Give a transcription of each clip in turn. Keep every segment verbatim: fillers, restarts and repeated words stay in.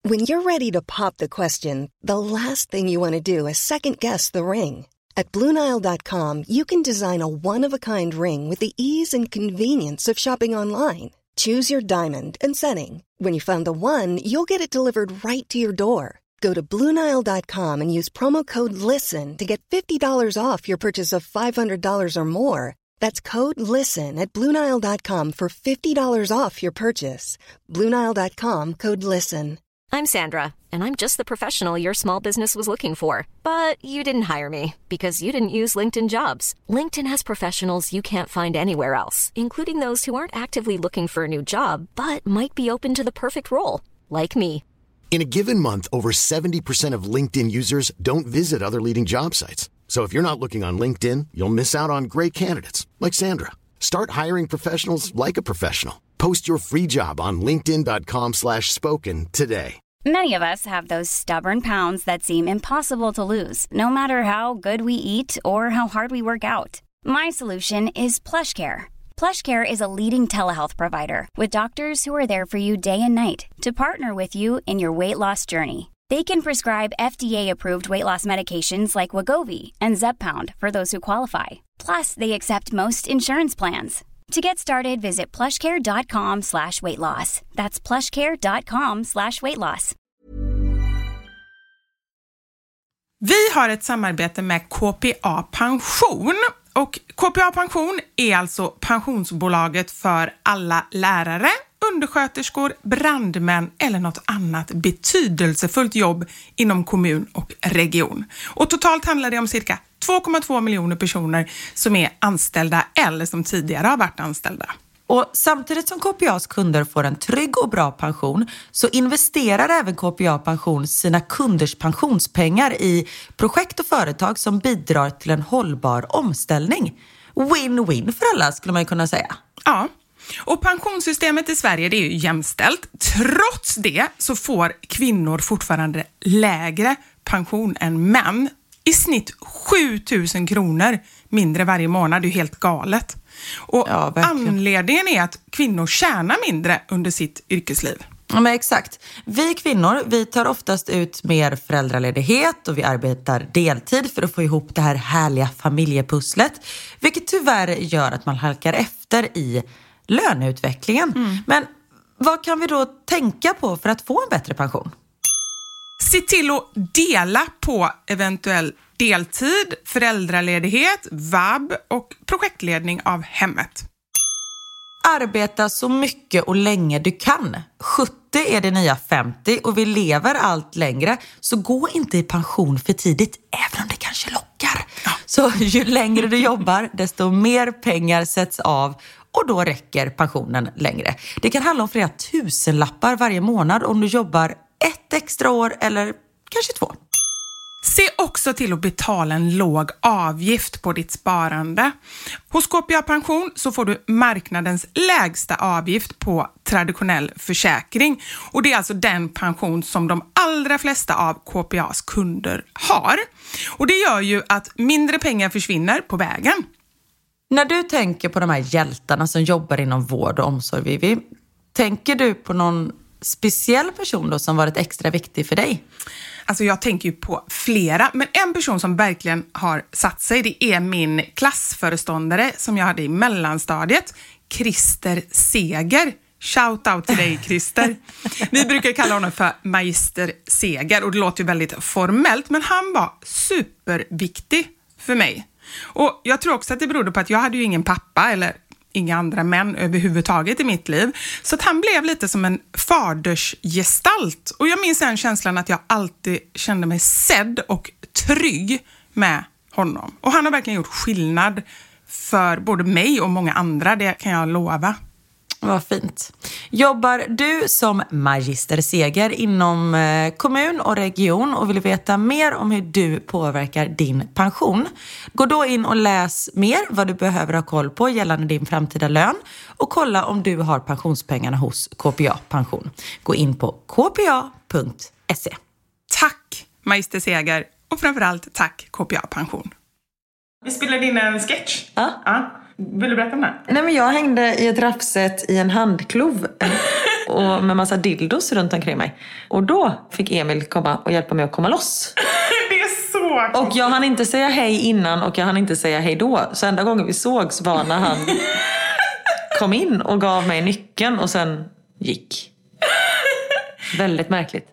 When you're ready to pop the question, the last thing you want to do is second-guess the ring. At Blue Nile dot com, you can design a one-of-a-kind ring with the ease and convenience of shopping online. Choose your diamond and setting. When you find the one, you'll get it delivered right to your door. Go to Blue Nile dot com and use promo code LISTEN to get fifty dollars off your purchase of five hundred dollars or more. That's code LISTEN at Blue Nile dot com for fifty dollars off your purchase. Blue Nile dot com, code LISTEN. I'm Sandra, and I'm just the professional your small business was looking for. But you didn't hire me because you didn't use LinkedIn Jobs. LinkedIn has professionals you can't find anywhere else, including those who aren't actively looking for a new job, but might be open to the perfect role, like me. In a given month, over seventy percent of LinkedIn users don't visit other leading job sites. So if you're not looking on LinkedIn, you'll miss out on great candidates like Sandra. Start hiring professionals like a professional. Post your free job on linkedin dot com slash spoken today. Many of us have those stubborn pounds that seem impossible to lose, no matter how good we eat or how hard we work out. My solution is PlushCare. PlushCare is a leading telehealth provider with doctors who are there for you day and night to partner with you in your weight loss journey. They can prescribe F D A-approved weight loss medications like Wegovy and Zepbound for those who qualify. Plus, they accept most insurance plans. To get started, visit plushcare.com slash weight loss. That's plushcare.com slash weight loss. Vi har ett samarbete med K P A Pension. Och K P A Pension är alltså pensionsbolaget för alla lärare, undersköterskor, brandmän eller något annat betydelsefullt jobb inom kommun och region. Och totalt handlar det om cirka två komma två miljoner personer som är anställda eller som tidigare har varit anställda. Och samtidigt som K P A:s kunder får en trygg och bra pension så investerar även K P A Pension sina kunders pensionspengar i projekt och företag som bidrar till en hållbar omställning. Win-win för alla skulle man ju kunna säga. Ja. Och pensionssystemet i Sverige, det är ju jämställt. Trots det så får kvinnor fortfarande lägre pension än män. I snitt sju tusen kronor mindre varje månad. Det är ju helt galet. Och ja, anledningen är att kvinnor tjänar mindre under sitt yrkesliv. Ja, men exakt. Vi kvinnor, vi tar oftast ut mer föräldraledighet och vi arbetar deltid för att få ihop det här härliga familjepusslet. Vilket tyvärr gör att man halkar efter i löneutvecklingen. Mm. Men vad kan vi då tänka på för att få en bättre pension? Se till att dela på eventuell deltid, föräldraledighet, vab och projektledning av hemmet. Arbeta så mycket och länge du kan. sjuttio är det nya femtio och vi lever allt längre. Så gå inte i pension för tidigt, även om det kanske lockar. Ja. Så ju längre du jobbar, desto mer pengar sätts av. Och då räcker pensionen längre. Det kan handla om flera tusenlappar varje månad om du jobbar ett extra år eller kanske två. Se också till att betala en låg avgift på ditt sparande. Hos K P A Pension så får du marknadens lägsta avgift på traditionell försäkring. Och det är alltså den pension som de allra flesta av K P A:s kunder har. Och det gör ju att mindre pengar försvinner på vägen. När du tänker på de här hjältarna som jobbar inom vård och omsorg, Vivi, tänker du på någon speciell person då som varit extra viktig för dig? Alltså jag tänker ju på flera, men en person som verkligen har satt sig, det är min klassföreståndare som jag hade i mellanstadiet, Christer Seger. Shout out till dig, Christer. Vi brukar kalla honom för Magister Seger och det låter ju väldigt formellt, men han var superviktig för mig. Och jag tror också att det berodde på att jag hade ju ingen pappa eller inga andra män överhuvudtaget i mitt liv. Så att han blev lite som en fadersgestalt. Och jag minns den känslan att jag alltid kände mig sedd och trygg med honom. Och han har verkligen gjort skillnad för både mig och många andra, det kan jag lova. Vad fint. Jobbar du som Magister Seger inom eh, kommun och region och vill veta mer om hur du påverkar din pension? Gå då in och läs mer vad du behöver ha koll på gällande din framtida lön och kolla om du har pensionspengarna hos K P A Pension. Gå in på k p a punkt se. Tack Magister Seger och framförallt tack K P A Pension. Vi spelade in en sketch. Ja. Ja. Vill du berätta om det? Nej, men jag hängde i ett raffset i en handklov. och med massa dildos runt omkring mig. Och då fick Emil komma och hjälpa mig att komma loss. Det är så konstigt. Och jag hann inte säga hej innan och jag hann inte säga hej då. Så enda gången vi sågs var när han kom in och gav mig nyckeln och sen gick. Väldigt märkligt.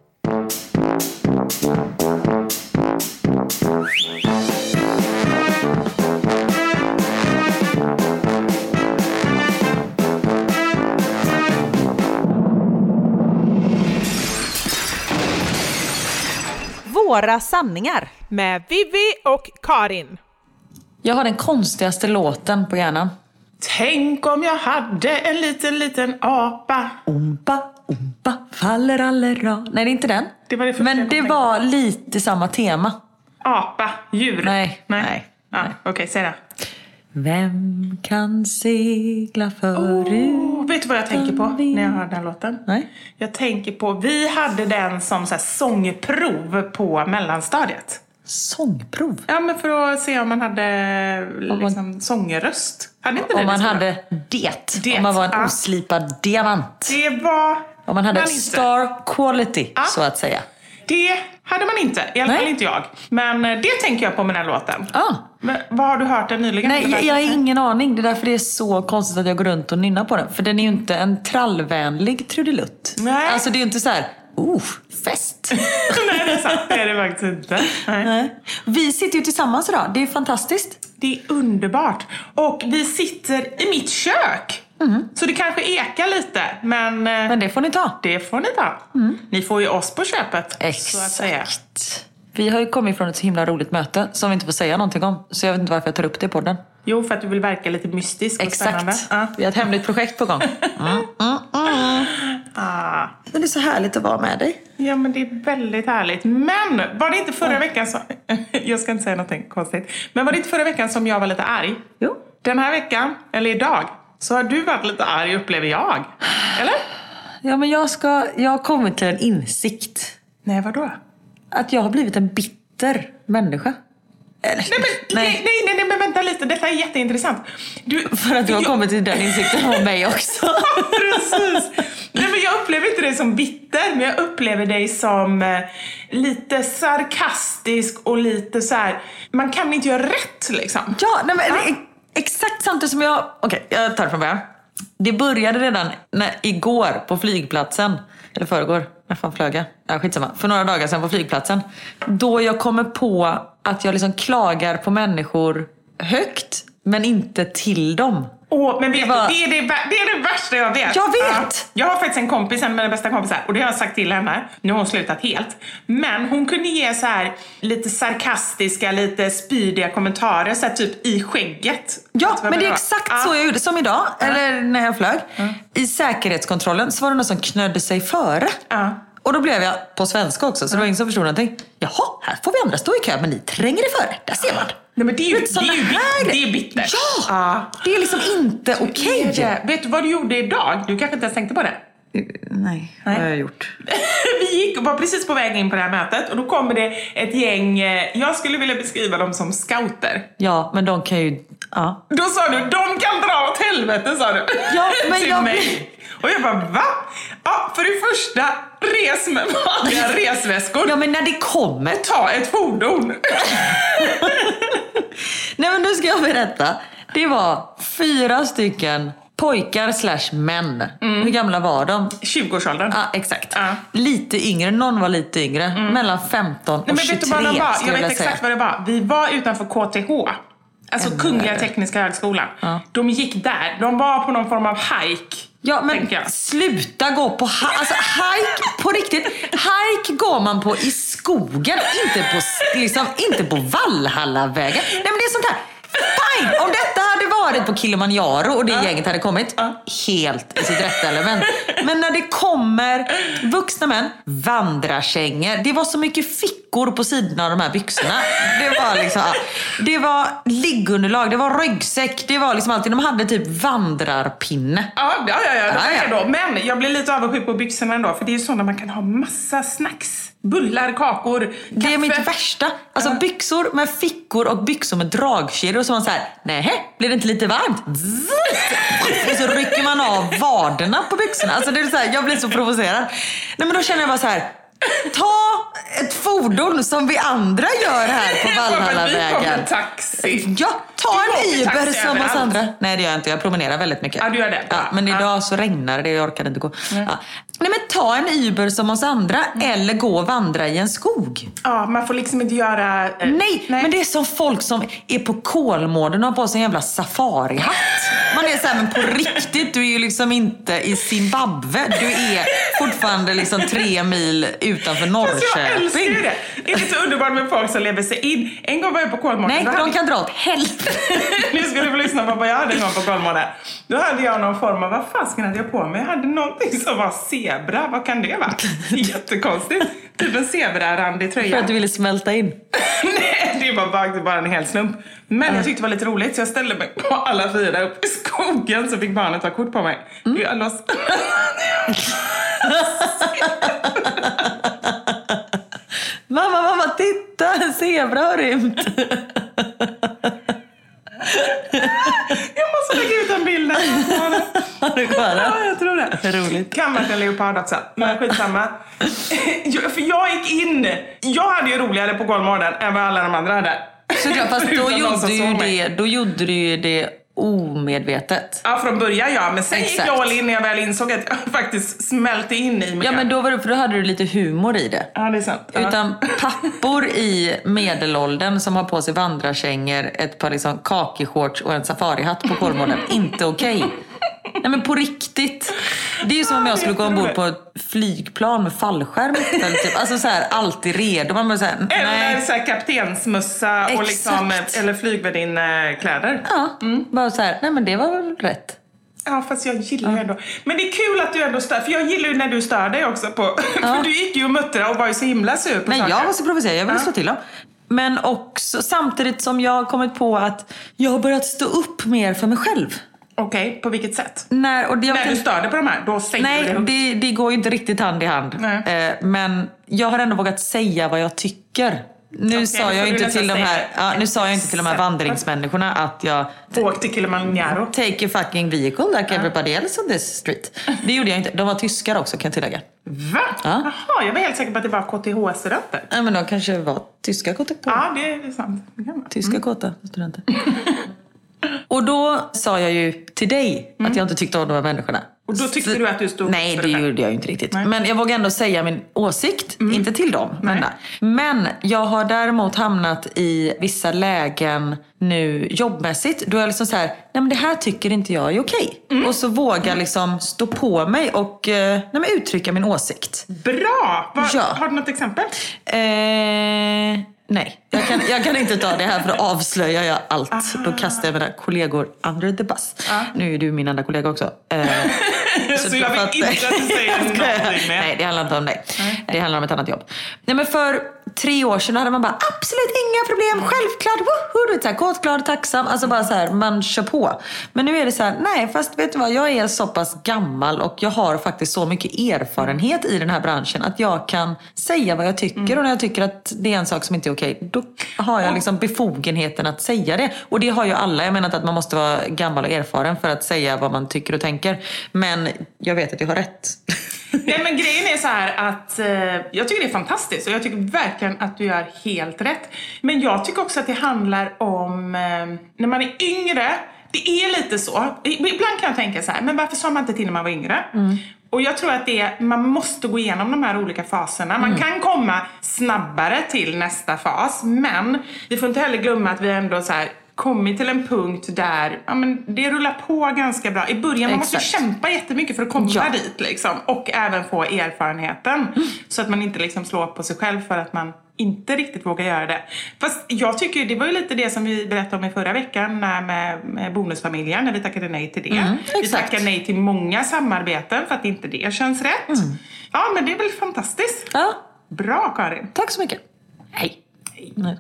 Våra sanningar med Vivi och Karin. Jag har den konstigaste låten på hjärnan. Tänk om jag hade en liten, liten apa. Ompa, ompa, faller allera. Nej, det är inte den. Det var det första Men jag det tänkte. var lite samma tema. Apa, djur. Nej, nej. nej. Ja, okej, okay, säg det. Vem kan segla förut? Oh, vet du vad jag tänker på när jag hör den här låten? Nej. Jag tänker på, vi hade den som så här sångprov på mellanstadiet. Sångprov? Ja, men för att se om man hade liksom sångröst. Hade inte Om man det hade det. det. Om man var en Ja. oslipad diamant. Det var... Om man hade man star quality, Ja. så att säga. Det hade man inte, i alla Nej. fall inte jag. Men det tänker jag på med den här låten. Ah. Men, vad har du hört den nyligen? Nej, jag, jag har ingen aning. Det är därför det är så konstigt att jag går runt och nynnar på den. För den är ju inte en trallvänlig trudelutt. Nej. Alltså det är ju inte så här, oh, fest. Nej, det är sant. Det är det faktiskt inte. Nej. Nej. Vi sitter ju tillsammans idag. Det är fantastiskt. Det är underbart. Och vi sitter i mitt kök. Mm. Så det kanske ekar lite. Men, Men det får ni ta. det får ni ta. Mm. Ni får ju oss på köpet. Så att säga. Exakt. Vi har ju kommit från ett så himla roligt möte som vi inte får säga någonting om. Så jag vet inte varför jag tar upp det på podden. Jo, för att du vill verka lite mystisk och spännande. Exakt. Ja. Vi har ett hemligt projekt på gång. Mm, mm, mm. Ah. Men det är så härligt att vara med dig. Ja, men det är väldigt härligt. Men var det inte förra veckan som... jag ska inte säga någonting konstigt. Men var det inte förra veckan som jag var lite arg? Jo. Den här veckan, eller idag, så har du varit lite arg, upplever jag. Eller? Ja, men jag ska... Jag har kommit till en insikt. Nej, vadå? Att jag har blivit en bitter människa. Eller, Nej, men, nej. Nej, nej, nej, men vänta lite. Detta är jätteintressant. Du, För att du har jag... kommit till den insikten om mig också. Precis. Nej, men jag upplever inte dig som bitter, men jag upplever dig som eh, lite sarkastisk och lite så här. Man kan inte göra rätt, liksom. Ja, nej, men, Ja. exakt samtidigt som jag... Okej, okay, jag tar det från början. Det började redan när, igår på flygplatsen. Eller förrgår, när fan flög jag? Ja, skitsamma. För några dagar sedan på flygplatsen. Då jag kommer på att jag liksom klagar på människor högt, men inte till dem. Åh, men vet Det var- du, det, är det, vä- det är det värsta jag vet. Jag vet! Ja, jag har faktiskt en kompis, en av mina bästa kompisar, och det har jag sagt till henne. Nu har hon slutat helt. Men hon kunde ge så här lite sarkastiska, lite spydiga kommentarer, så här typ i skägget. Ja, Vet du vad men det är var? exakt Ja. så jag gjorde. Som idag, eller när jag flög. I säkerhetskontrollen så var det någon som knödde sig före. Ja. Och då blev jag på svenska också, så det var ingen som förstod någonting. Jaha, här får vi andra stå i kö, men ni tränger er före. Där ser man. Nej, men det är ju, Vet, det är ju, såna bit- här- det är bittert. Ja, Ja. det är liksom inte Det är okej. det. Vet du vad du gjorde idag? Du kanske inte ens tänkte på det. Nej, vad har jag gjort? Vi gick och var precis på väg in på det här mötet, och då kommer det ett gäng, eh, jag skulle vilja beskriva dem som scouter. Ja, men de kan ju... Ja. Då sa du, de kan dra åt helvete, sa du. Ja, men till jag- mig. Och jag bara, va? Ja, för det första, res med vanliga resväskor. Ja, men när det kommer... Ta ett fordon. Nej, men nu ska jag berätta. Det var fyra stycken pojkar slash män. Hur gamla var de? tjugoårsåldern. Ja, exakt. Ja. Lite yngre, någon var lite yngre. Mellan femton och Nej, men vet du vad tjugotre, de var? skulle Jag vet vilja exakt säga. vad det var. Vi var utanför K T H. Alltså Ännu Kungliga värre. Tekniska Högskolan. Ja. De gick där. De var på någon form av hike. Ja, men tänker jag. sluta gå på hi- alltså, hike på riktigt. Hike går man på i skogen, inte på, liksom, inte på Valhallavägen. Nej, men det är sånt här. Fine, om detta hade varit på Kilimanjaro och det Ja. gänget hade kommit, Ja. helt i sitt rätta element. Men när det kommer vuxna män, vandrarkängor, det var så mycket fickor på sidorna av de här byxorna. Det var liksom, ja. Det var liggunderlag, det var ryggsäck, det var liksom alltid, de hade typ vandrarpinne. Ja, ja, ja, ja, det Ja, var ja. det då. Men jag blir lite avundsjuk på byxorna ändå. För det är ju så när man kan ha massa snacks Bullar, kakor, kaffe. Det är mitt värsta. Alltså uh. byxor med fickor och byxor med dragkedjor. Och så man säger, nej, blir det inte lite varmt? Och så rycker man av vaderna på byxorna. Alltså det är så här, jag blir så provocerad. Nej, men då känner jag bara så här. Ta ett fordon som vi andra gör här på Valhallavägen. Taxi. Ja, ta en Uber som oss andra. Nej, det gör jag inte. Jag promenerar väldigt mycket. Ja, du gör det. Ja, men idag ja. så regnar det. Jag orkar inte gå. Ja. Nej, men ta en Uber som oss andra. Mm. Eller gå och vandra i en skog. Ja, man får liksom inte göra... Eh, nej, nej, men det är som folk som är på Kolmården och har på sig en jävla safarihatt. Man är så här, men på riktigt, du är ju liksom inte i Zimbabwe. Du är fortfarande liksom tre mil utanför Norrköping. Jag älskar ju det. Det är lite underbart med folk som lever sig in. En gång var jag på Kolmården. Nej, de hade... kan dra åt helvete. Nu ska du få lyssna på vad jag hade en gång på Kolmården. Då hade jag någon form av, vad fasken hade jag på mig? Jag hade någonting som var zebra. Vad kan det vara? Jättekonstigt. Typ en zebra-randig tröja. För att du ville smälta in. Nej, det var bara, bara en hel slump. Men mm. jag tyckte det var lite roligt, så jag ställde mig på alla fyra upp i skogen, så fick barnet ta kort på mig. Mm. Jag loss... Mamma, mamma, titta! En zebra har rymt. Jag måste lägga ut en bild där. Har du kvar det? Ja, jag tror det. Roligt. Kan man en leopard också. Men skitsamma. För jag gick in. Jag hade ju roligare på Kolmården än vad alla de andra hade. Såklart, fast då gjorde, du ju det, då gjorde du ju det omedvetet. Ja, från början ja. Men sen Exakt. gick jag all in när jag väl insåg att jag faktiskt smälte in i mig. Ja, men då, var det, för då hade du lite humor i det. Ja, det är sant. Ja. Utan pappor i medelåldern som har på sig vandrarkängor, ett par liksom kakishorts och en safarihatt på Kolmården. Inte okej. Okay. Nej, men på riktigt. Det är ju som om jag skulle gå ombord på ett flygplan med fallskärm. Eller typ. Alltså så här, alltid redo. Man bara så här, nej. Eller så här kaptensmössa och liksom, eller flygvärdinnkläder. Ja, mm. bara så här, nej men det var väl rätt. Ja, fast jag gillar ju ändå. Men det är kul att du ändå stör. För jag gillar ju när du stör dig också på. Ja. För du gick ju och mötte och var ju så himla sur på Nej, saker. jag var så provocerad. Jag ville ja. slå till dem. Men också samtidigt som jag har kommit på att jag har börjat stå upp mer för mig själv. Okej, okay, på vilket sätt? När, och det, När kan... du störde på de här, då säger Nej, du det. Nej, det, det går ju inte riktigt hand i hand. Eh, men jag har ändå vågat säga vad jag tycker. Nu okay, sa jag inte till de här, ja, nu sa jag inte till de här vandringsmänniskorna att jag åkte till Kilimanjaro. Take a fucking vehicle like everybody else on this street. Det gjorde jag inte. De var tyskar också, kan jag tillägga. Va? Ja. Jaha, jag var helt säker på att det var K T H-studenter. Ja, men de kanske var tyska K T H. Ja, det är sant. Tyska mm. K T H-studenter. Och då sa jag ju till dig mm. att jag inte tyckte om de här människorna. Och då tyckte så, du att du stod Nej, det, det gjorde jag ju inte riktigt. Nej. Men jag vågar ändå säga min åsikt. Mm. Inte till dem. Men, men jag har däremot hamnat i vissa lägen nu jobbmässigt. Då är jag liksom så här, nej men det här tycker inte jag är okej. Mm. Och så vågar liksom stå på mig och nej, men uttrycka min åsikt. Bra! Va, ja. Har du något exempel? Eh... Nej, jag kan, jag kan inte ta det här, för att avslöja jag allt. Aha. Då kastar jag mina kollegor under the bus. Ah. Nu är du min enda kollega också. Eh, så så jag vill att, inte att du säger någonting med. Nej, det handlar inte om dig. Nej. Det handlar om ett annat jobb. Nej, men för tre år sedan hade man bara absolut inga problem. Självklart, woho, du vet så här, kåtglad, tacksam. Alltså bara så här, man kör på. Men nu är det så här, nej, fast vet du vad? Jag är så pass gammal och jag har faktiskt så mycket erfarenhet i den här branschen att jag kan säga vad jag tycker. Mm. Och när jag tycker att det är en sak som inte är okej, då har jag liksom befogenheten att säga det. Och det har ju alla. Jag menar inte att man måste vara gammal och erfaren för att säga vad man tycker och tänker. Men jag vet att jag har rätt. Nej, men grejen är så här att eh, jag tycker det är fantastiskt och jag tycker verkligen att du gör helt rätt. Men jag tycker också att det handlar om eh, när man är yngre. Det är lite så. Ibland kan jag tänka så här, men varför sa man inte till när man var yngre? Mm. Och jag tror att det är, man måste gå igenom de här olika faserna. Man mm. kan komma snabbare till nästa fas. Men vi får inte heller glömma att vi ändå så här kommit till en punkt där ja, men det rullar på ganska bra. I början man måste kämpa jättemycket för att komma ja. dit. Liksom, och även få erfarenheten. Mm. Så att man inte liksom slår på sig själv för att man inte riktigt vågar göra det. Fast jag tycker, det var ju lite det som vi berättade om i förra veckan med, med bonusfamiljen, när vi tackade nej till det. Mm, vi tackade nej till många samarbeten för att inte det känns rätt. Mm. Ja, men det är väl fantastiskt. Ja. Bra, Karin. Tack så mycket. Hej. Nej.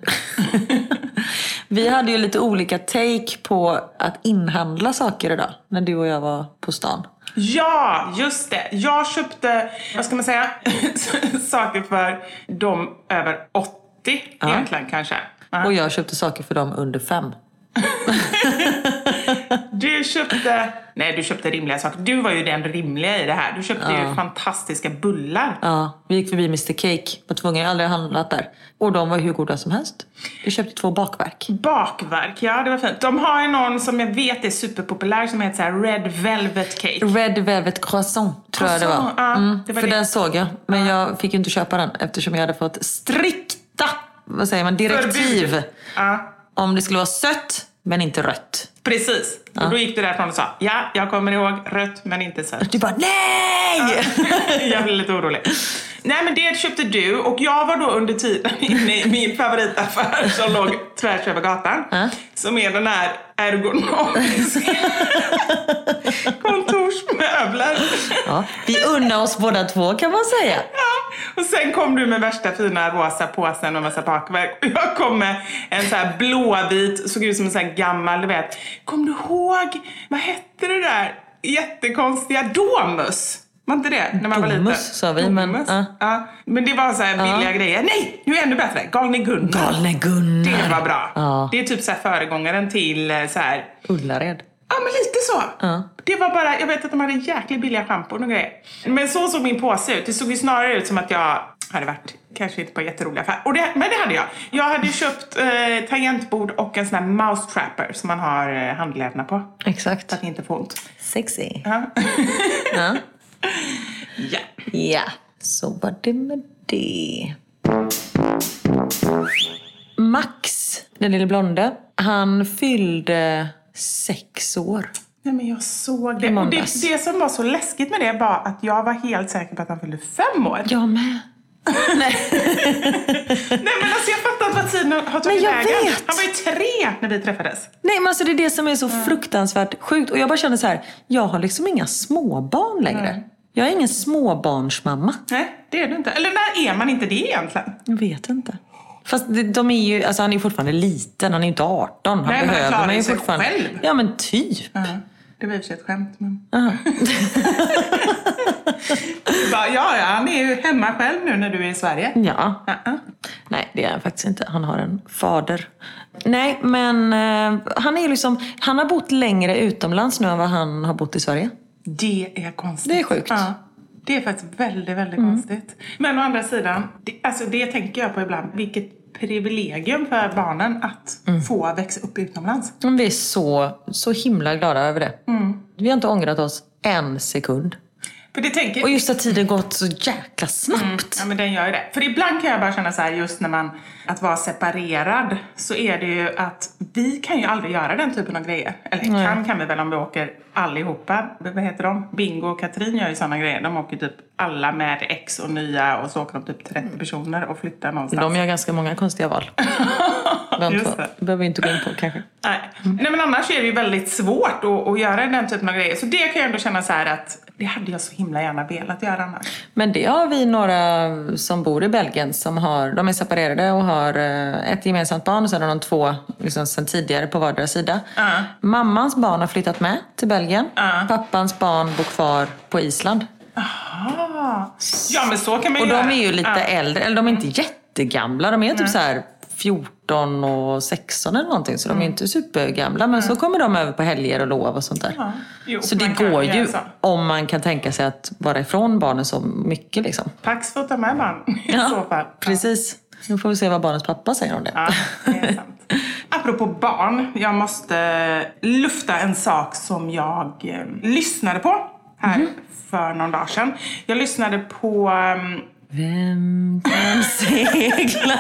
Vi hade ju lite olika take på att inhandla saker idag när du och jag var på stan. Ja, just det. Jag köpte, vad ska man säga, saker för de över åttio ja. egentligen kanske. Ja. Och jag köpte saker för dem under fem. Du köpte... Nej, du köpte rimliga saker. Du var ju den rimliga i det här. Du köpte ja. ju fantastiska bullar. Ja, vi gick förbi mister Cake. Var tvungen, jag har aldrig handlat där. Och de var hur goda som helst. Vi köpte två bakverk. Bakverk, ja det var fint. De har ju någon som jag vet är superpopulär som heter så här Red Velvet Cake. Red Velvet Croissant tror jag det var. Ja, mm, det var för det. Den såg jag. Men ja. jag fick ju inte köpa den eftersom jag hade fått strikta, vad säger man, direktiv. Ja. Om det skulle vara sött men inte rött. Precis. Ja. Och då gick du därifrån och sa, ja, jag kommer ihåg rött men inte sött. Du bara, nej! Ja. Jag blev lite orolig. Nej, men det köpte du. Och jag var då under tiden inne i min favoritaffär som låg tvärs över gatan. Ja. Som är den här ergonomiska kontorsmöbler. Ja, vi unnar oss båda två kan man säga. Ja, och sen kom du med värsta fina rosa påsen och massa bakverk. Och jag kom med en så här blåvit, såg ut som en så här gammal, du vet. Kom du ihåg, vad hette det där jättekonstiga Domus? Var inte det? När man var liten. Domus sa vi, men... Uh. Ja. Men det var så här billiga uh. grejer. Nej, nu är ännu bättre. Galne Gunnar. Galne Gunnar. Det var bra. Uh. Det är typ så här föregångaren till så här... Ullared. Ja, men lite så. Uh. Det var bara... Jag vet att de hade jäkligt billiga schampon och grejer. Men så såg min påse ut. Det såg ju snarare ut som att jag hade varit... Kanske inte på jätteroliga affär. Och det, men det hade jag. Jag hade köpt eh, tangentbord och en sån här mouse trapper som man har eh, handlederna på. Exakt. Så att det inte får ont. Sexy. Ja. Ja. Ja. Ja, så var det med det. Max, den lilla blonde, han fyllde sex år. Nej, men jag såg det. Och det, det som var så läskigt med det var att jag var helt säker på att han fyllde fem år. Jag med. Nej. Nej, men alltså jag fattar inte vad tiden har tagit vägen. Vet. Han var ju tre när vi träffades. Nej, men alltså det är det som är så mm. fruktansvärt sjukt. Och jag bara känner så här, jag har liksom inga småbarn längre. Mm. Jag är ingen småbarnsmamma. Nej, det är du inte. Eller när är man inte det egentligen? Jag vet inte. Fast de är ju, alltså han är ju fortfarande liten, han är ju inte arton. Han Nej, behöver men han klarar ju sig fortfarande själv. Ja, men typ. Uh-huh. Det var ju ett skämt, men... Uh-huh. bara, ja, ja, han är ju hemma själv nu när du är i Sverige. Ja. Uh-huh. Nej, det är han faktiskt inte. Han har en fader. Nej, men uh, han är ju liksom, han har bott längre utomlands nu än vad han har bott i Sverige. Det är konstigt. Det är sjukt. Ja. Det är faktiskt väldigt, väldigt mm. konstigt. Men å andra sidan, det, alltså det tänker jag på ibland. Vilket privilegium för barnen att mm. få växa upp utomlands. Vi är så, så himla glada över det. Mm. Vi har inte ångrat oss en sekund. För det tänker... Och just att tiden gått så jäkla snabbt. Mm. Ja, men den gör ju det. För ibland kan jag bara känna så här, just när man... Att vara separerad, så är det ju att vi kan ju aldrig göra den typen av grejer. Eller Nej. kan kan vi väl om vi åker allihopa. Vad heter de? Bingo och Katrin gör ju sådana grejer. De åker typ alla med ex och nya. Och så åker de typ trettio personer och flyttar någonstans. De gör ganska många konstiga val. De just det. Det behöver vi inte gå in på kanske. Nej. Mm. Nej, men annars är det ju väldigt svårt att, att göra den typen av grejer. Så det kan jag ändå känna så här att det hade jag så himla gärna velat göra annars. Men det har vi några som bor i Belgien som har, de är separerade och har ett gemensamt barn och sen har de två liksom, sen tidigare på vardera sida. Uh. Mammans barn har flyttat med till Belgien. Uh. Pappans barn bor kvar på Island. Aha. Ja, men så kan man ju Och göra. de är ju lite uh. äldre, eller de är inte jättegamla. De är typ uh. så här fjorton och sexton eller någonting. Så mm. de är inte supergamla. Men mm. så kommer de över på helger och lov och sånt där. Ja. Jo, så det går ju om man kan tänka sig att vara ifrån barnen så mycket liksom. Pax får ta med barn i ja, så fall. Precis. Nu får vi se vad barnens pappa säger om det. Ja, det är sant. Apropå barn, jag måste lufta en sak som jag eh, lyssnade på här mm. för någon dag sedan. Jag lyssnade på... Um, Vem kan segla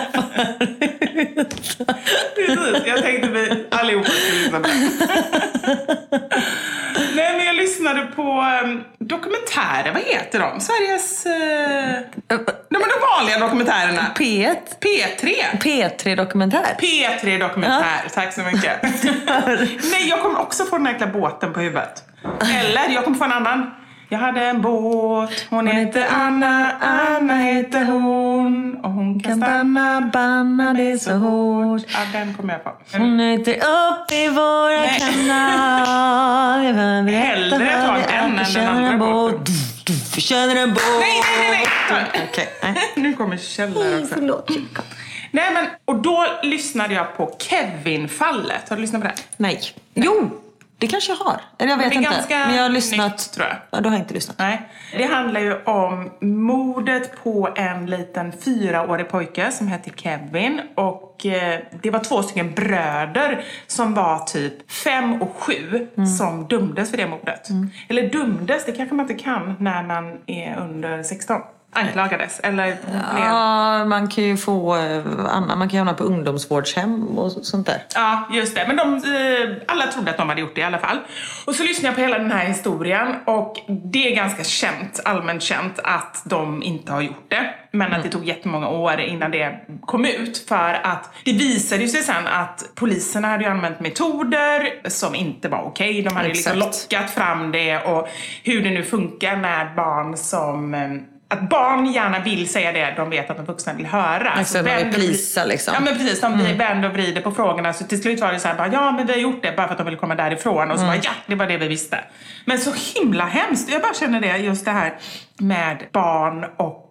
förut? Precis, jag tänkte vi allihopa skulle lyssna på det. Nej, men jag lyssnade på um, dokumentärer, vad heter de? Sveriges... Uh, de är de vanliga dokumentärerna. P ett? P tre. P tre-dokumentär. P tre-dokumentär, ja. Tack så mycket. Nej, jag kommer också få den här jäkla båten på huvudet. Eller, jag kommer få en annan. Jag hade en båt, hon heter Anna, Anna heter hon. Och hon Hon kan stanna, banna det så hårt. Ja, den kommer jag på. Hon är inte upp i våra kanaler. Hellre ta den än den andra båten. Du känner en båt. Nej, nej, nej, nej. Okej. Nu kommer Kjell också. Förlåt. Nej, men, och då lyssnade jag på Kevin-fallet. Har du lyssnat på det? Nej. Jo, det kanske jag har. Eller jag vet det är inte. ganska Men jag har lyssnat. Nytt, tror jag. Ja, då har jag inte lyssnat. Nej. Det handlar ju om mordet på en liten fyraårig pojke som heter Kevin. Och eh, det var två stycken bröder som var typ fem och sju mm. som dömdes för det mordet. Mm. Eller dömdes, det kanske man inte kan när man är under sexton. Anklagades, eller... Ja, man kan ju få... Anna, man kan ju hamna på ungdomsvårdshem och sånt där. Ja, just det. Men de, alla trodde att de hade gjort det i alla fall. Och så lyssnade jag på hela den här historien. Och det är ganska känt, allmänt känt, att de inte har gjort det. Men mm. att det tog jättemånga år innan det kom ut. För att det visade sig sen att poliserna hade ju använt metoder som inte var okej. De hade ju liksom lockat fram det. Och hur det nu funkar med barn som... Att barn gärna vill säga det de vet att de vuxna vill höra. Alltså de vill plisa liksom. Ja, men precis. De mm. vänder och vrider på frågorna. Så till slut var det så här, bara, ja men vi har gjort det bara för att de vill komma därifrån. Och så mm. bara, ja, det var det vi visste. Men så himla hemskt. Jag bara känner det, just det här med barn och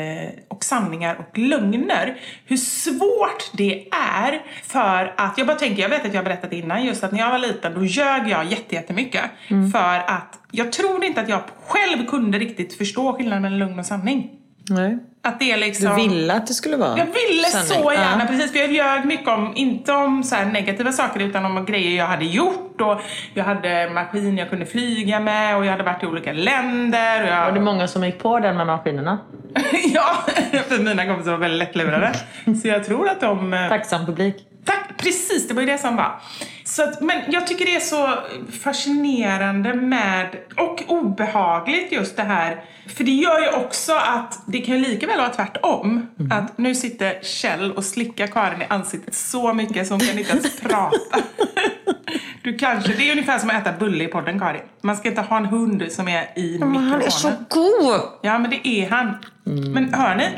och sanningar och lögner. Hur svårt det är för att, jag bara tänker, jag vet att jag har berättat innan, just att när jag var liten då ljög jag jätte, jättemycket. Mm. För att jag tror inte att jag själv kunde riktigt förstå skillnaden mellan lögn och sanning. Nej. Att det är liksom... Du ville att det skulle vara Jag ville sanning. Så gärna, ja. Precis. För jag ljög mycket om, inte om så här negativa saker utan om grejer jag hade gjort. Och jag hade maskin jag kunde flyga med. Och jag hade varit i olika länder. Och jag... Var det många som gick på den med maskinerna? Ja, för mina kompisar var väldigt lättlurade. Så jag tror att de... Tacksam publik. Tack, precis, det var ju det som var. Så att, men jag tycker det är så fascinerande med och obehagligt just det här. För det gör ju också att det kan ju lika väl vara tvärtom. Mm. Att nu sitter Kjell och slickar Karin i ansiktet så mycket som hon kan inte ens prata. Du kanske, det är ungefär som att äta bulle i podden, Karin. Man ska inte ha en hund som är i mikrofonen. Men han är så god! Ja, men det är han. Mm. Men hör ni?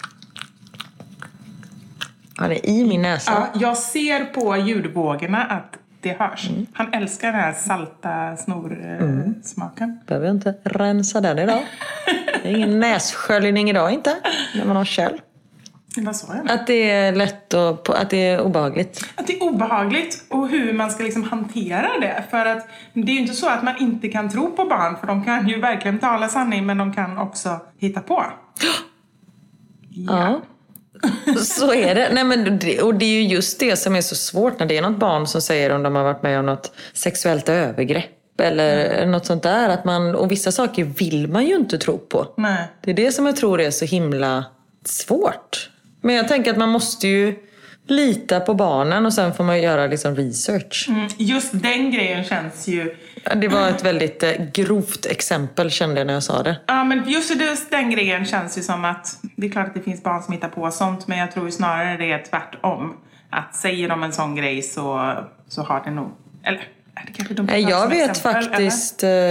Han är i min näsa. Ja, jag ser på ljudvågorna att det hörs. Mm. Han älskar den här salta snorsmaken. Mm. Behöver jag inte rensa den idag. Det är ingen nässköljning idag inte. När man har Kjell. Vad sa jag nu? Att det är lätt och att det är obehagligt. Att det är obehagligt och hur man ska liksom hantera det. För att det är ju inte så att man inte kan tro på barn. För de kan ju verkligen tala sanning men de kan också hitta på. Ja. Ja. Så är det. Nej, men det, och det är ju just det som är så svårt när det är något barn som säger om de har varit med om något sexuellt övergrepp eller mm. något sånt där. Att man, och vissa saker vill man ju inte tro på. Nej. Det är det som jag tror är så himla svårt. Men jag tänker att man måste ju lita på barnen och sen får man göra liksom research. Mm. Just den grejen känns ju... Det var ett väldigt eh, grovt exempel kände jag när jag sa det. Ja, men just, just den grejen känns ju som att det är klart att det finns barn som hittar på sånt, men jag tror ju snarare det är tvärtom. Att säger de en sån grej så, så har det nog... Eller... Det kanske de jag vet exempel, faktiskt... Eh,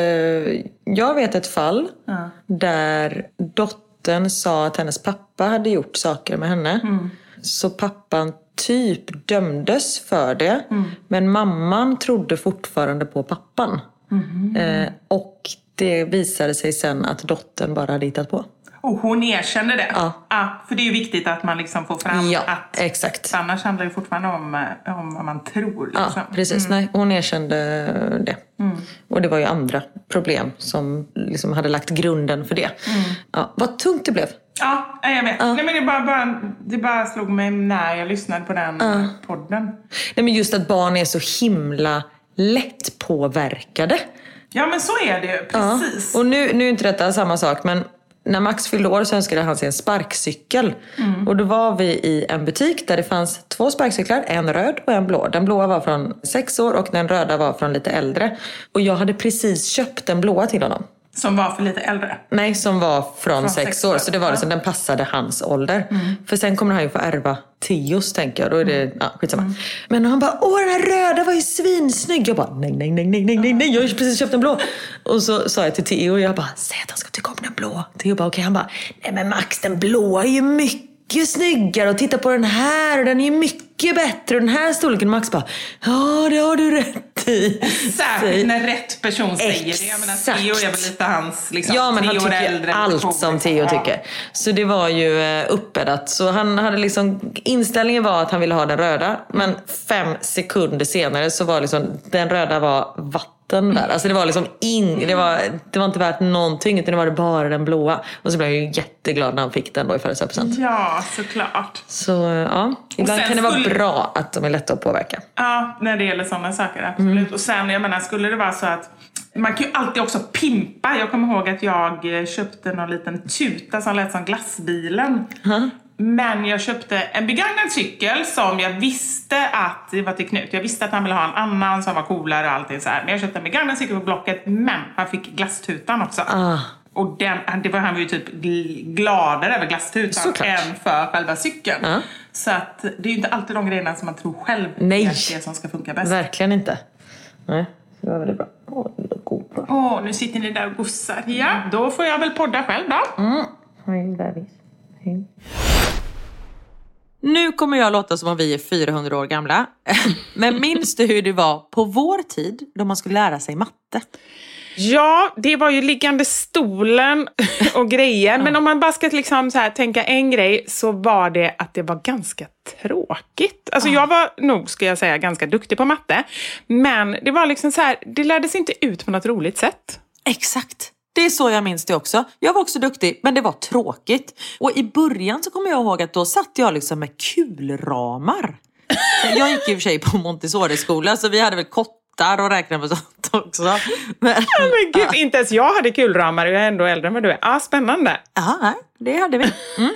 jag vet ett fall ja. Där dottern sa att hennes pappa hade gjort saker med henne. Mm. Så pappan typ dömdes för det. Mm. Men mamman trodde fortfarande på pappan. Mm. Eh, och det visade sig sen att dottern bara hade hittat på. Och hon erkände det. Ja. Ja, för det är ju viktigt att man liksom får fram ja, att... exakt. Annars handlar det fortfarande om, om vad man tror. Liksom. Ja, precis. Mm. Nej, hon erkände det. Mm. Och det var ju andra problem som liksom hade lagt grunden för det. Mm. Ja, vad tungt det blev. Ja, jag vet. Ja. Nej, men det, bara, bara, det bara slog mig när jag lyssnade på den ja. podden. Nej, men just att barn är så himla lätt påverkade. Ja, men så är det ju. Precis. Ja. Och nu, nu är inte detta samma sak, men när Max fyllde år så önskade han sig en sparkcykel. Mm. Och då var vi i en butik där det fanns två sparkcyklar, en röd och en blå. Den blåa var från sex år och den röda var från lite äldre. Och jag hade precis köpt den blåa till honom. Som var för lite äldre? Nej, som var från, från sex, sex år. år. Så det var liksom, den passade hans ålder. Mm. För sen kommer han ju få ärva Theos, tänker jag. Då är det, mm. ja, skitsamma. Mm. Men han bara, åh, den här röda var ju svinsnygg. Jag bara, nej, nej, nej, nej, nej, nej, nej. Jag har ju precis köpt en blå. Och så sa jag till Theo, jag bara, säg att han ska tycka om den blå. Theo bara, okej. Okay. Han bara, nej men Max, den blå är ju mycket mycket snyggare och titta på den här och den är mycket bättre och den här storleken. Max bara, ja det har du rätt i. Särskilt när rätt person säger det. Jag menar, Theo är väl lite hans liksom, ja, men han tycker allt som Theo tycker. Så det var ju uppbäddat. Så han hade liksom, inställningen var att han ville ha den röda. Men fem sekunder senare så var liksom, den röda var vatten där. Alltså det var liksom in, det var, det var inte värt någonting, utan det var bara den blåa. Och så blev jag ju jätteglad när han fick den då i födelsedagspresent. Ja, såklart. Så ja, ibland kan det vara skulle... bra att de är lätta att påverka. Ja, när det gäller sådana saker, absolut. Mm. Och sen, jag menar, skulle det vara så att man kan ju alltid också pimpa. Jag kommer ihåg att jag köpte någon liten tuta som lät som glassbilen. Mm. Men jag köpte en begagnad cykel som jag visste att det var till Knut. Jag visste att han ville ha en annan som var coolare och allting så här. Men jag köpte en begagnad cykel på Blocket, men han fick glasstutan också. Ah. Och den, det var, han var ju typ gladare över glasstutan Såklart. än för själva cykeln. Ah. Så att det är ju inte alltid de grejerna som man tror själv Nej. är det som ska funka bäst. Verkligen inte. Nej, det var väldigt bra. Åh, oh, oh, nu sitter ni där och gossar. Ja, då får jag väl podda själv då. Mm. Hej, bebis. Hej. Nu kommer jag låta som om vi är fyrahundra år gamla. Men minns du hur det var på vår tid då man skulle lära sig matte? Ja, det var ju liggande stolen och grejer. Men om man bara ska liksom så här tänka en grej, så var det att det var ganska tråkigt. Alltså jag var nog, ska jag säga, ganska duktig på matte. Men det var liksom så här, det lärdes inte ut på något roligt sätt. Exakt. Det är så jag minns det också. Jag var också duktig, men det var tråkigt. Och i början så kommer jag ihåg att då satt jag liksom med kulramar. Jag gick i och för sig på Montessori-skola, så vi hade väl kottar och räknade på sånt också. Men, ja, men gud, inte ens jag hade kulramar och jag är ändå äldre än vad du är. Ja, ah, spännande. Ja, det hade vi. Mm.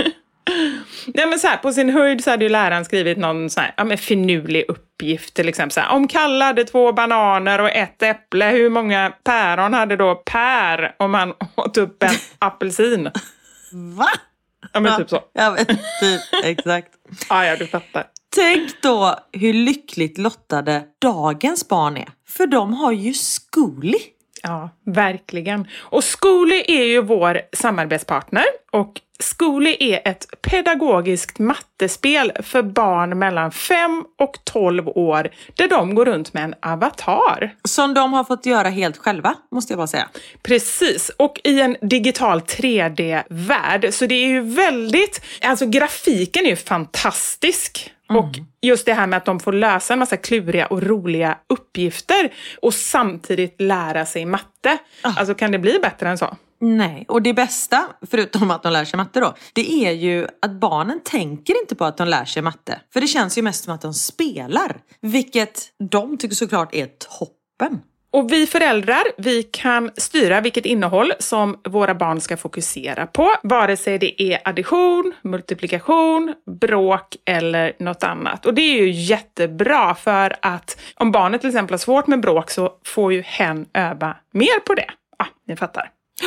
Nej, men så här, på sin höjd så hade ju läraren skrivit någon så här, ja, men finurlig uppgift till exempel så här, om Kalle hade två bananer och ett äpple, hur många päron hade då Per om han åt upp en apelsin? Va? Ja, men typ så. Ja, men typ, exakt. Ja, ja, du fattar. Tänk då hur lyckligt lottade dagens barn är. För de har ju Zcooly. Ja, verkligen. Och Zcooly är ju vår samarbetspartner. Och Zcooly är ett pedagogiskt mattespel för barn mellan fem och tolv år. Där de går runt med en avatar. Som de har fått göra helt själva, måste jag bara säga. Precis, och i en digital tre D-värld. Så det är ju väldigt, alltså grafiken är ju fantastisk. Mm. Och just det här med att de får lösa en massa kluriga och roliga uppgifter och samtidigt lära sig matte. Oh. Alltså kan det bli bättre än så? Nej, och det bästa, förutom att de lär sig matte då, det är ju att barnen tänker inte på att de lär sig matte. För det känns ju mest som att de spelar, vilket de tycker såklart är toppen. Och vi föräldrar, vi kan styra vilket innehåll som våra barn ska fokusera på. Vare sig det är addition, multiplikation, bråk eller något annat. Och det är ju jättebra, för att om barnet till exempel har svårt med bråk så får ju hen öva mer på det. Ja, ni fattar.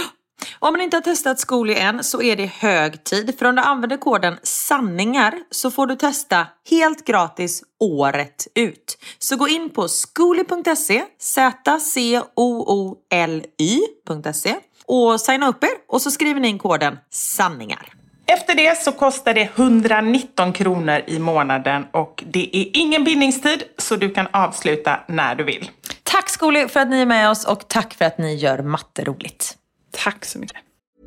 Om man inte har testat Zcooly än så är det hög tid. För om du använder koden sanningar så får du testa helt gratis året ut. Så gå in på zcooly punkt se, z c o o l y punkt se och signa upp er och så skriver ni in koden sanningar. Efter det så kostar det etthundranitton kronor i månaden och det är ingen bindningstid, så du kan avsluta när du vill. Tack Zcooly för att ni är med oss och tack för att ni gör matte roligt. Tack så mycket.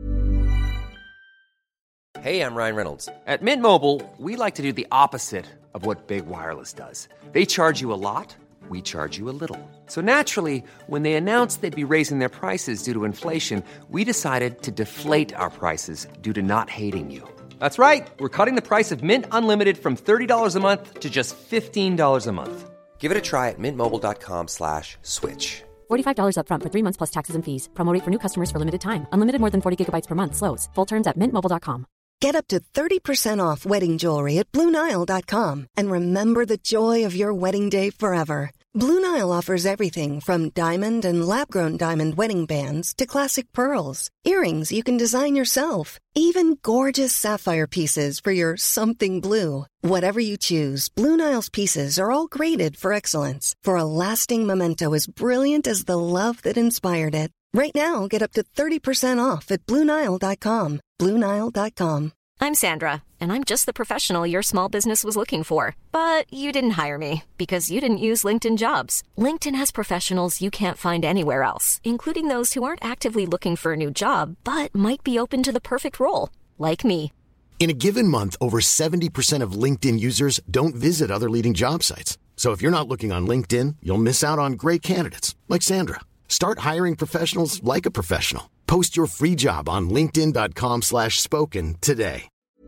Hey, I'm Ryan Reynolds. At Mint Mobile, we like to do the opposite of what Big Wireless does. They charge you a lot, we charge you a little. So naturally, when they announced they'd be raising their prices due to inflation, we decided to deflate our prices due to not hating you. That's right. We're cutting the price of Mint Unlimited from thirty dollars a month to just fifteen dollars a month. Give it a try at mintmobile.com slash switch. forty-five dollars up front for three months plus taxes and fees. Promo rate for new customers for limited time. Unlimited more than forty gigabytes per month. Slows full terms at mint mobile dot com. Get up to thirty percent off wedding jewelry at blue nile dot com. And remember the joy of your wedding day forever. Blue Nile offers everything from diamond and lab-grown diamond wedding bands to classic pearls, earrings you can design yourself, even gorgeous sapphire pieces for your something blue. Whatever you choose, Blue Nile's pieces are all graded for excellence, for a lasting memento as brilliant as the love that inspired it. Right now, get up to thirty percent off at blue nile dot com. blue nile dot com. I'm Sandra, and I'm just the professional your small business was looking for. But you didn't hire me because you didn't use LinkedIn Jobs. LinkedIn has professionals you can't find anywhere else, including those who aren't actively looking for a new job, but might be open to the perfect role, like me. In a given month, over seventy percent of LinkedIn users don't visit other leading job sites. So if you're not looking on LinkedIn, you'll miss out on great candidates like Sandra. Start hiring professionals like a professional. Post your free job on linkedin dot com slash spoken today.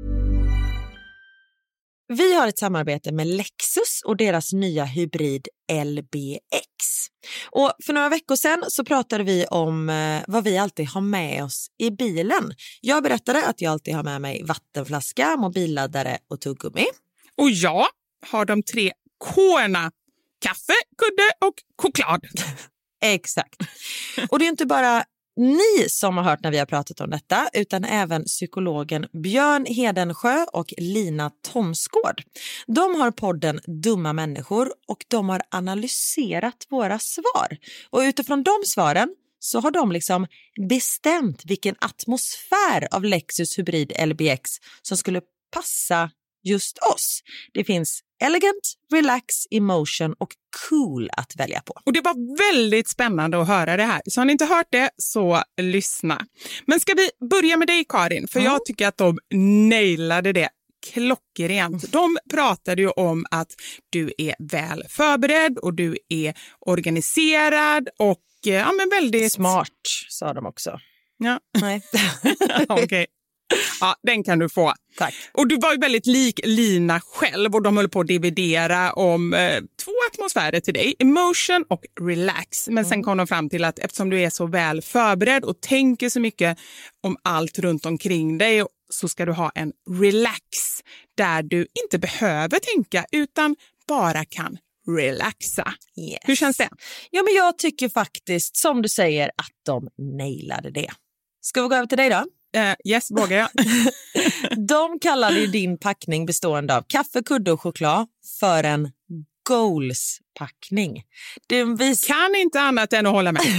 Vi har ett samarbete med Lexus och deras nya hybrid L B X. Och för några veckor sedan så pratade vi om eh, vad vi alltid har med oss i bilen. Jag berättade att jag alltid har med mig vattenflaska, mobilladdare och tuggummi. Och jag har de tre K:na: kaffe, kudde och choklad. Exakt. Och det är inte bara ni som har hört när vi har pratat om detta, utan även psykologen Björn Hedensjö och Lina Thomsgård. De har podden Dumma människor och de har analyserat våra svar. Och utifrån de svaren så har de liksom bestämt vilken atmosfär av Lexus hybrid L B X som skulle passa just oss. Det finns elegant, relax, emotion och cool att välja på. Och det var väldigt spännande att höra det här. Så har ni inte hört det, så lyssna. Men ska vi börja med dig, Karin? För mm. jag tycker att de nailade det klockrent. De pratade ju om att du är väl förberedd och du är organiserad och ja, men väldigt... smart, sa de också. Ja. Nej. Okej. Okay. Ja, den kan du få. Tack. Och du var ju väldigt lik Lina själv och de höll på att dividera om eh, två atmosfärer till dig, emotion och relax. Men mm. sen kom de fram till att eftersom du är så väl förberedd och tänker så mycket om allt runt omkring dig, så ska du ha en relax där du inte behöver tänka utan bara kan relaxa. Yes. Hur känns det? Ja, men jag tycker faktiskt, som du säger, att de nailade det. Ska vi gå över till dig då? Uh, yes, vågar jag. De kallade ju din packning bestående av kaffe, kudde och choklad för en goals-packning. Vis- kan inte annat än att hålla med.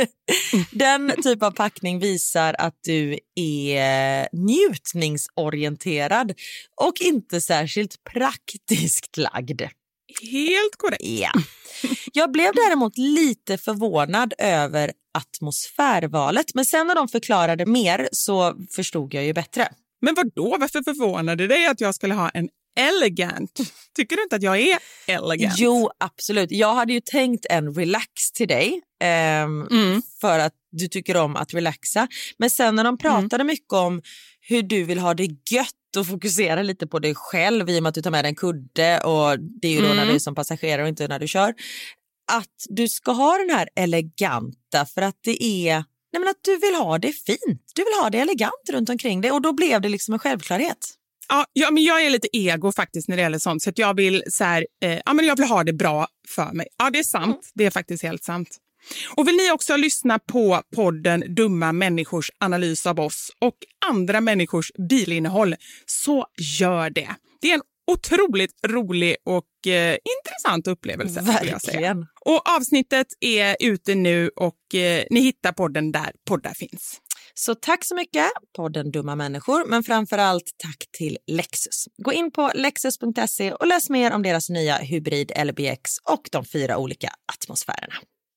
Den typ av packning visar att du är njutningsorienterad och inte särskilt praktiskt lagd. Helt korrekt. Ja. Jag blev däremot lite förvånad över atmosfärvalet, men sen när de förklarade mer så förstod jag ju bättre. Men vad då? Varför förvånade dig att jag skulle ha en elegant? Tycker du inte att jag är elegant? Jo, absolut. Jag hade ju tänkt en relax till dig ehm, mm. för att du tycker om att relaxa. Men sen när de pratade mm. mycket om hur du vill ha det gött och fokusera lite på dig själv i och med att du tar med en kudde, och det är ju då mm. när du är som passagerare och inte när du kör, att du ska ha den här eleganta för att det är, nej men att du vill ha det fint, du vill ha det elegant runt omkring dig, och då blev det liksom en självklarhet. Ja, ja, men jag är lite ego faktiskt när det gäller sånt, så att jag vill så här, eh, ja men jag vill ha det bra för mig. Ja, det är sant. Mm. Det är faktiskt helt sant. Och vill ni också lyssna på podden Dumma människors analys av oss och andra människors bilinnehåll, så gör det. Det är en otroligt rolig och eh, intressant upplevelse. Verkligen. Och avsnittet är ute nu och eh, ni hittar podden där poddar finns. Så tack så mycket, podden Dumma människor, men framförallt tack till Lexus. Gå in på lexus punkt se och läs mer om deras nya hybrid L B X och de fyra olika atmosfärerna.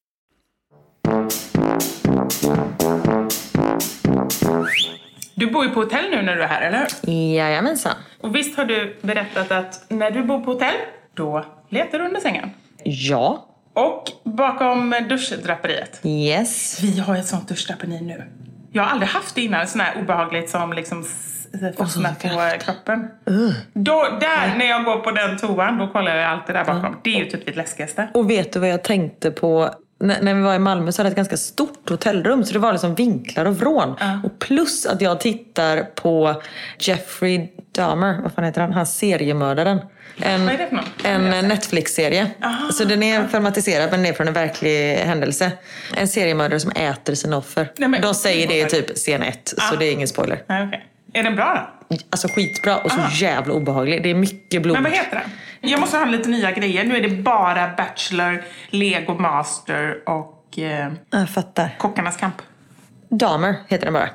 Du bor ju på hotell nu när du är här, eller? Jajamensan. Och visst har du berättat att när du bor på hotell, då letar du under sängen? Ja. Och bakom duschdraperiet? Yes. Vi har ett sånt duschdraperi nu. Jag har aldrig haft det innan, sån här obehagligt som liksom fastnar på kroppen. Uh. Då, där, när jag går på den toan, då kollar jag alltid där bakom. Uh. Det är ju typ det läskigaste. Och vet du vad jag tänkte på? N- när vi var i Malmö så hade det ett ganska stort hotellrum, så det var liksom vinklar och vrån. Uh. Och plus att jag tittar på Jeffrey Dahmer, vad fan heter han? Hans seriemördaren. En, vad är det för någon? En Netflix-serie. Aha. Så den är filmatiserad, men den är från en verklig händelse. En seriemördare som äter sina offer. Nej, men, de säger det i typ scen ett, ah. så det är ingen spoiler. Ah, okay. Är den bra då? Alltså skitbra och så ah. jävla obehaglig. Det är mycket blod. Men vad heter den? Jag måste ha lite nya grejer. Nu är det bara Bachelor, Lego Master och eh, jag fattar. Kockarnas kamp. Dahmer heter den bara.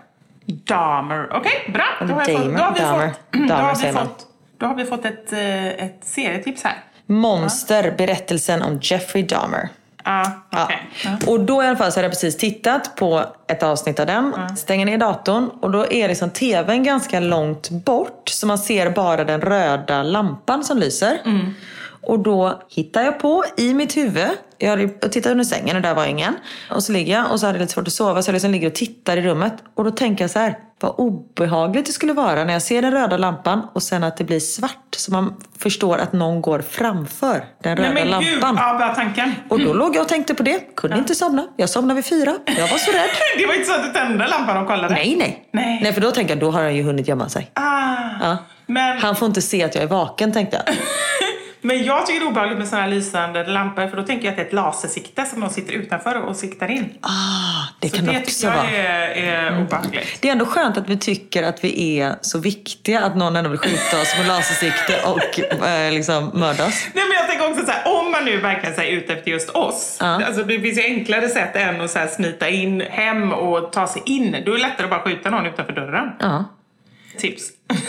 Dahmer. Okej, okay, bra. Då har, jag fått, då har vi Dahmer. fått, då Dahmer, har vi säger man. fått, då har vi fått ett, ett serietips här. Monster, berättelsen om Jeffrey Dahmer. Ah, okay. Ja. Och då i alla fall så har jag precis tittat på ett avsnitt av den. Mm. Stänger ner datorn och då är liksom tvn ganska långt bort. Så man ser bara den röda lampan som lyser. Mm. Och då hittar jag på i mitt huvud. Jag hade tittat under sängen och där var ingen. Och så ligger jag och så hade jag lite svårt att sova. Så jag liksom ligger och tittar i rummet. Och då tänker jag så här. Vad obehagligt det skulle vara när jag ser den röda lampan. Och sen att det blir svart. Så man förstår att någon går framför den röda Nej, men lampan. Gud, ja, vad tanken. Och då låg jag och tänkte på det. Kunde Ja. inte somna. Jag somnade vid fyra. Jag var så rädd. Det var inte så att du tände lampan och kollade? Nej, nej. Nej. Nej, för då tänker jag, då har han ju hunnit gömma sig. Ah, Ja. men... Han får inte se att jag är vaken, tänkte jag. Men jag tycker det är obehagligt med såna här lysande lampor. För då tänker jag att det är ett lasersikte som de sitter utanför och siktar in. Ah, det så kan det också tycker jag vara. är, är obehagligt. Det är ändå skönt att vi tycker att vi är så viktiga. Att någon ändå vill skjuta oss med lasersikte och eh, liksom mörda oss. Nej, men jag tänker också så här, om man nu verkligen så här, är ute efter just oss. Ja. Alltså det finns ju enklare sätt än att så här, smita in hem och ta sig in. Då är det lättare att bara skjuta någon utanför dörren. Ja. Tips.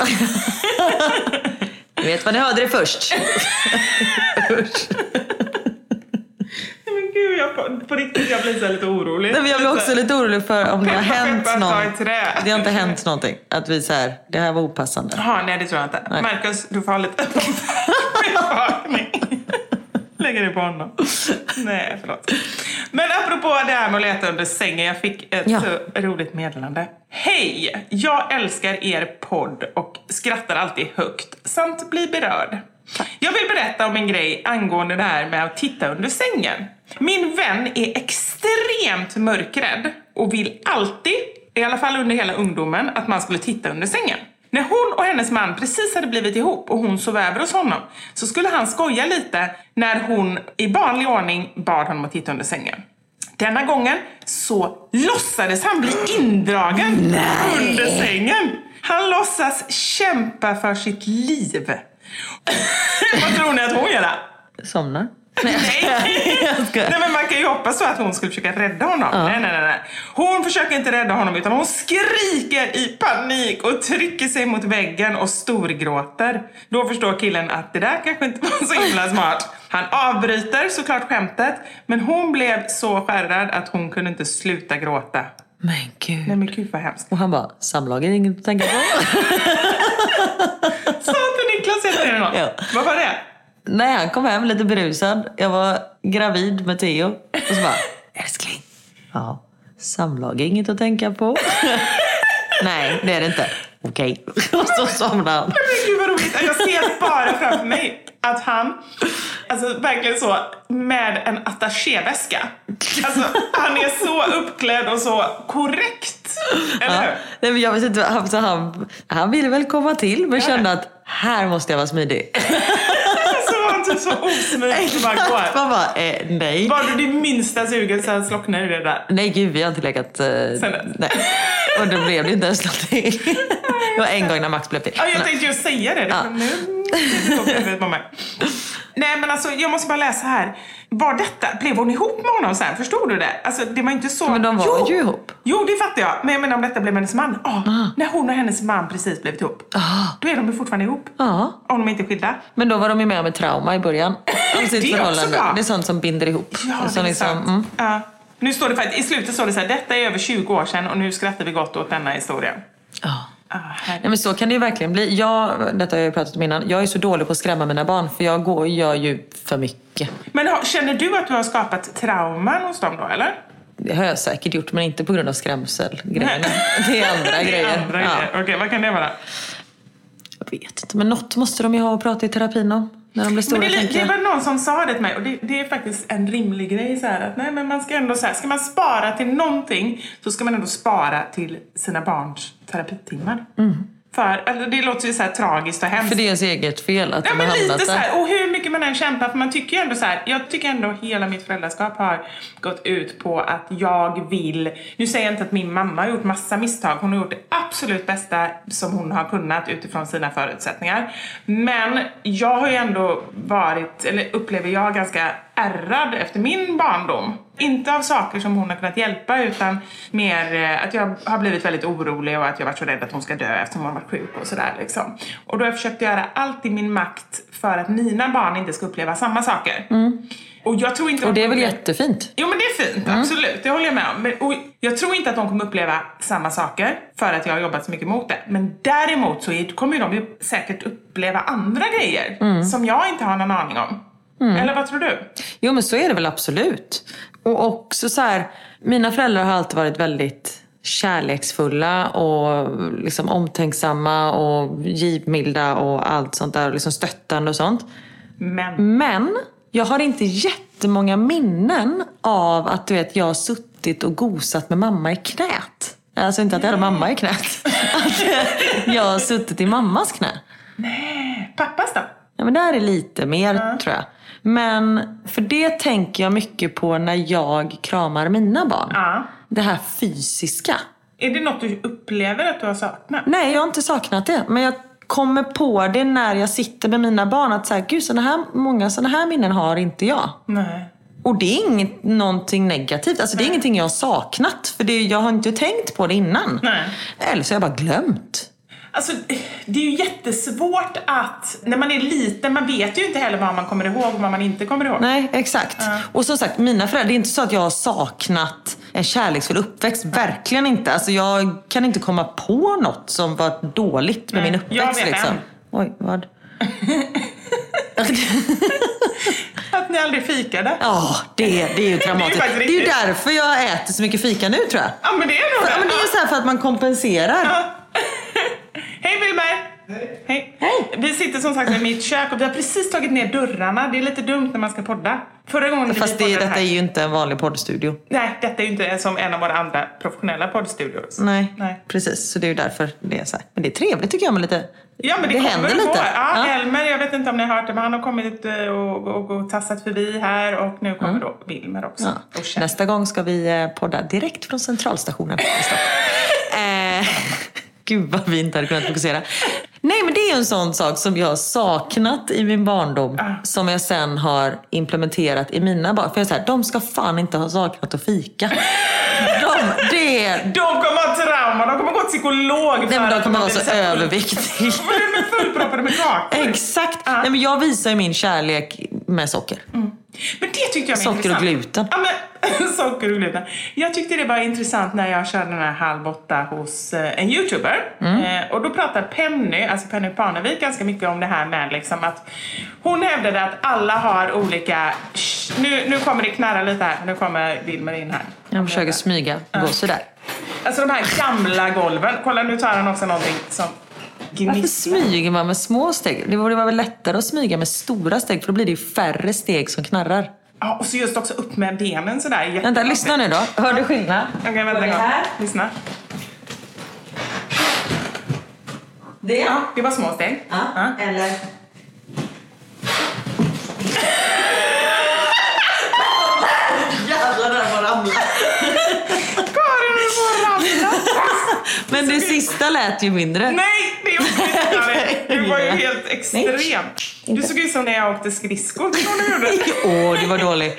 Du vet vad ni hörde det först. Nej, men gud, jag, på, på riktigt jag blir så lite orolig. Nej, men jag blir också lite orolig för om det har Peppa, hänt peppa, ta i något. trä. Det har inte hänt någonting. Att vi så här, det här var opassande. Jaha, nej det tror jag inte. Nej. Marcus, du får ha lite bevakning. Lägger det på honom. Nej, förlåt. Men apropå det här med att leta under sängen. Jag fick ett Ja. så roligt meddelande. Hej! Jag älskar er podd och skrattar alltid högt samt blir berörd. Jag vill berätta om en grej angående det här med att titta under sängen. Min vän är extremt mörkrädd och vill alltid, i alla fall under hela ungdomen, att man skulle titta under sängen. När hon och hennes man precis hade blivit ihop och hon sov över hos honom så skulle han skoja lite när hon i vanlig ordning bad honom att titta under sängen. Denna gången så låtsades han bli indragen Nej. under sängen. Han låtsas kämpa för sitt liv. Vad tror ni att hon gör då? Somnar. Nej. Jag ska... nej, men man kan ju hoppas så att hon skulle försöka rädda honom. Ja. Nej, nej, nej, nej. Hon försöker inte rädda honom utan hon skriker i panik och trycker sig mot väggen och storgråter. Då förstår killen att det där kanske inte var så himla smart. Han avbryter såklart skämtet, men hon blev så skärrad att hon kunde inte sluta gråta. Men gud. Nej, men gud vad hemskt. Och han bara, samlag är inget att tänka på. Sa inte Niklas heter det någon? Ja. Vad var det? Nej, han kom hem lite berusad. Jag var gravid med Theo. Och så bara, älskling. Ja, samlag är inget att tänka på. Nej, det är det inte. Okej. Okay. Och så somnade han. Men gud vad roligt. Jag ser bara framför mig att han, alltså verkligen så, med en attachéväska. Alltså han är så uppklädd och så korrekt. Eller ja. hur? Nej, men jag vet inte, alltså, han, han ville väl komma till, men ja. kände att här måste jag vara smidig. Så var han typ så osmidig och bara går. Man bara, eh, nej. Var du din minsta sugen så slocknade det där? Nej gud, vi har inte legat. Eh, nej. Och då blev det inte ens någonting. Det var en gång när Max blev till. Ja, jag tänkte ju säga det. Ja. Nu det på mig. Nej, men alltså, jag måste bara läsa här. Var detta, blev hon ihop med honom sen? Förstod du det? Alltså, det var inte så... Men de var jo, ju ihop. Jo, det fattar jag. Men jag menar om detta blev hennes man. Oh, ah. När hon och hennes man precis blev ihop. Ah. Då är de ju fortfarande ihop. Ah. Om de inte är skilda. Men då var de ju med om ett trauma i början. Av sitt det, är förhållande. Det är sånt som binder ihop. Ja, så det är liksom, sant. Mm. Ja. Nu står det faktiskt, i slutet står det så här, detta är över tjugo år sedan och nu skrattar vi gott åt denna historia. Ja. Ah, Nej, men så kan det ju verkligen bli. Jag, detta har jag ju pratat om innan. Jag är så dålig på att skrämma mina barn. För jag går, gör ju för mycket. Men har, känner du att du har skapat trauman hos dem då, eller? Det har jag säkert gjort, men inte på grund av skrämselgrejerna. Det är andra grejer. Det är andra ja. grejer. Okej, vad kan det vara? Jag vet inte, men något måste de ju ha att prata i terapin om. När de blir stora, men det, tänker det jag. var någon som sa det till mig och det, det är faktiskt en rimlig grej så här, att nej, men man ska ändå så här, ska man spara till någonting så ska man ändå spara till sina barns terapitimmar. Mm. För alltså, det låter ju så här tragiskt och hemskt. För det är ens eget fel att ja, de har men hamnat lite där. Så här, och hur mycket man än kämpar, för man tycker ju ändå så här, jag tycker ändå hela mitt föräldraskap har gått ut på att jag vill, nu säger jag inte att min mamma har gjort massa misstag, hon har gjort det absolut bästa som hon har kunnat utifrån sina förutsättningar, men jag har ju ändå varit, eller upplever jag ganska ärrad efter min barndom. Inte av saker som hon har kunnat hjälpa, utan mer att jag har blivit väldigt orolig och att jag varit så rädd att hon ska dö eftersom hon har varit sjuk och sådär liksom. Och då har jag försökt göra allt i min makt för att mina barn inte ska uppleva samma saker. Mm. Och, jag tror inte och det är väl uppleva... jättefint? Jo, men det är fint, mm. absolut. Det håller jag med om. Men, och jag tror inte att de kommer uppleva samma saker för att jag har jobbat så mycket mot det. Men däremot så är, kommer de ju säkert uppleva andra grejer mm. som jag inte har någon aning om. Mm. Eller vad tror du? Jo, men så är det väl absolut. Och också så här, mina föräldrar har alltid varit väldigt kärleksfulla och liksom omtänksamma och givmilda och allt sånt där, och liksom stöttande och sånt. Men... Men jag har inte jättemånga minnen av att du vet, jag har suttit och gosat med mamma i knät. Alltså inte att jag hade mamma i knät. Att jag har suttit i mammas knä. Nej, pappas då? Ja, men det här är lite mer, mm. tror jag. Men för det tänker jag mycket på när jag kramar mina barn. Ja. Det här fysiska. Är det något du upplever att du har saknat? Nej, jag har inte saknat det. Men jag kommer på det när jag sitter med mina barn. Att så här, gud, såna här, många sådana här minnen har inte jag. Nej. Och det är inget, någonting negativt. Alltså det är Nej. ingenting jag har saknat. För det, jag har inte tänkt på det innan. Nej. Eller så har jag bara glömt. Alltså, det är ju jättesvårt att... När man är liten, man vet ju inte heller vad man kommer ihåg och vad man inte kommer ihåg. Nej, exakt. Ja. Och som sagt, mina föräldrar, det är inte så att jag har saknat en kärleksfull uppväxt. Verkligen inte. Alltså jag kan inte komma på något som var dåligt med Nej. min uppväxt. Jag vet liksom. en. Oj, vad? Att ni aldrig fikade. Ja, det, det är ju dramatiskt. Det är, det är ju därför jag äter så mycket fika nu, tror jag. Ja, men det är nog för, det. Men det är ju så här för att man kompenserar. Ja. Hej Wilmer! Hej. Hej. Hej! Vi sitter som sagt i mitt kök och vi har precis tagit ner dörrarna. Det är lite dumt när man ska podda. Förra gången Fast vi det, detta här. är ju inte en vanlig poddstudio. Nej, detta är ju inte som en av våra andra professionella poddstudios. Nej, Nej. precis. Så det är ju därför det är så här. Men det är trevligt tycker jag med lite... Ja, men det, det händer lite. Ja, ja, Elmer, jag vet inte om ni har hört det, men han har kommit och, och, och tassat förbi här. Och nu kommer mm. då Wilmer också. Ja. Nästa gång ska vi podda direkt från centralstationen i Stockholm. eh, Gud vad vi inte hade kunnat fokusera. Nej, men det är en sån sak som jag har saknat i min barndom. Ah. Som jag sen har implementerat i mina barn. För jag säger, de ska fan inte ha saknat att fika. De, det är... de kommer ha trauma, de kommer gå till psykolog. Nej, men de kommer vara så, så överviktiga. Vad är det med fullproppade med kakor? Exakt. Ah. Nej, men jag visar ju min kärlek med socker. Mm. Men det tyckte jag var socker intressant. Och gluten. Ja, men, socker och gluten. Jag tyckte det var intressant när jag körde den här halv åtta hos eh, en YouTuber. Mm. Eh, och då pratar Penny, alltså Penny Parnevik, ganska mycket om det här med liksom att hon hävdade att alla har olika... Nu, nu kommer det knarra lite här. Nu kommer Wilmer in här. Jag försöker smyga. Gå uh. sådär. Alltså de här gamla golven. Kolla, nu tar han också någonting som... Varför smyger man med små steg? Det borde vara väl lättare att smyga med stora steg, för då blir det ju färre steg som knarrar. Ja, och så just också upp med benen sådär. Vänta, lyssna nu då. Hör du skillnad? Okej, okay, vänta en gång. Lyssna. Det? Ja, det var små steg. Ja, ja. Eller... Jävlar, där var ramla. Karin, du får ramla. Men det sista lät ju mindre. Nej, det gjorde inte. Du var ju helt extrem. Du såg ut som när jag åkte skridskor. Åh, oh, det var dåligt.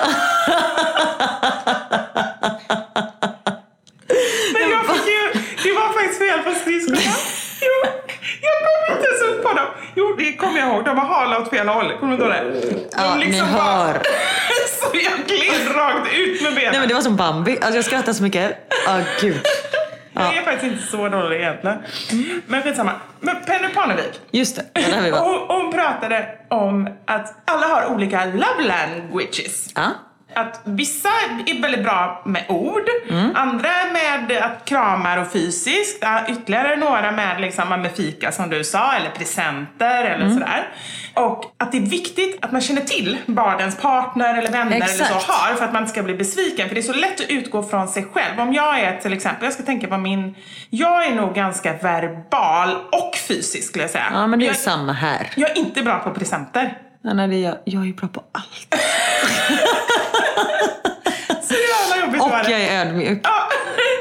Men jag fick ju... Det var faktiskt fel på skridskorna. Jo, jag kom inte ens upp på dem. Jo, det kommer jag ihåg. De var hala åt fel håll. Kommer du ihåg det? De ja, liksom ni hör. Bara... Så jag gled rakt ut med benen. Nej, men det var som Bambi. Alltså jag skrattade så mycket. Åh, oh, gud. Ja. Det är faktiskt inte så dåligt egentligen. Mm. Men skitsamma. Men Penny Parnevik. Just det, ja, där vi var. Och hon pratade om att alla har olika love languages. Ja. Att vissa är väldigt bra med ord. Mm. Andra med att kramar och fysiskt. Ytterligare några med, liksom, med fika som du sa. Eller presenter eller mm. sådär. Och att det är viktigt att man känner till vad ens partner eller vänner eller så har. För att man inte ska bli besviken. För det är så lätt att utgå från sig själv. Om jag är till exempel, jag ska tänka på min... Jag är nog ganska verbal och fysisk skulle jag säga. Ja, men det är jag, samma här. Jag är inte bra på presenter. Ja, nej, det är jag, jag är bra på allt. Så jävla jobbigt. Och jag är ödmjuk. Ja.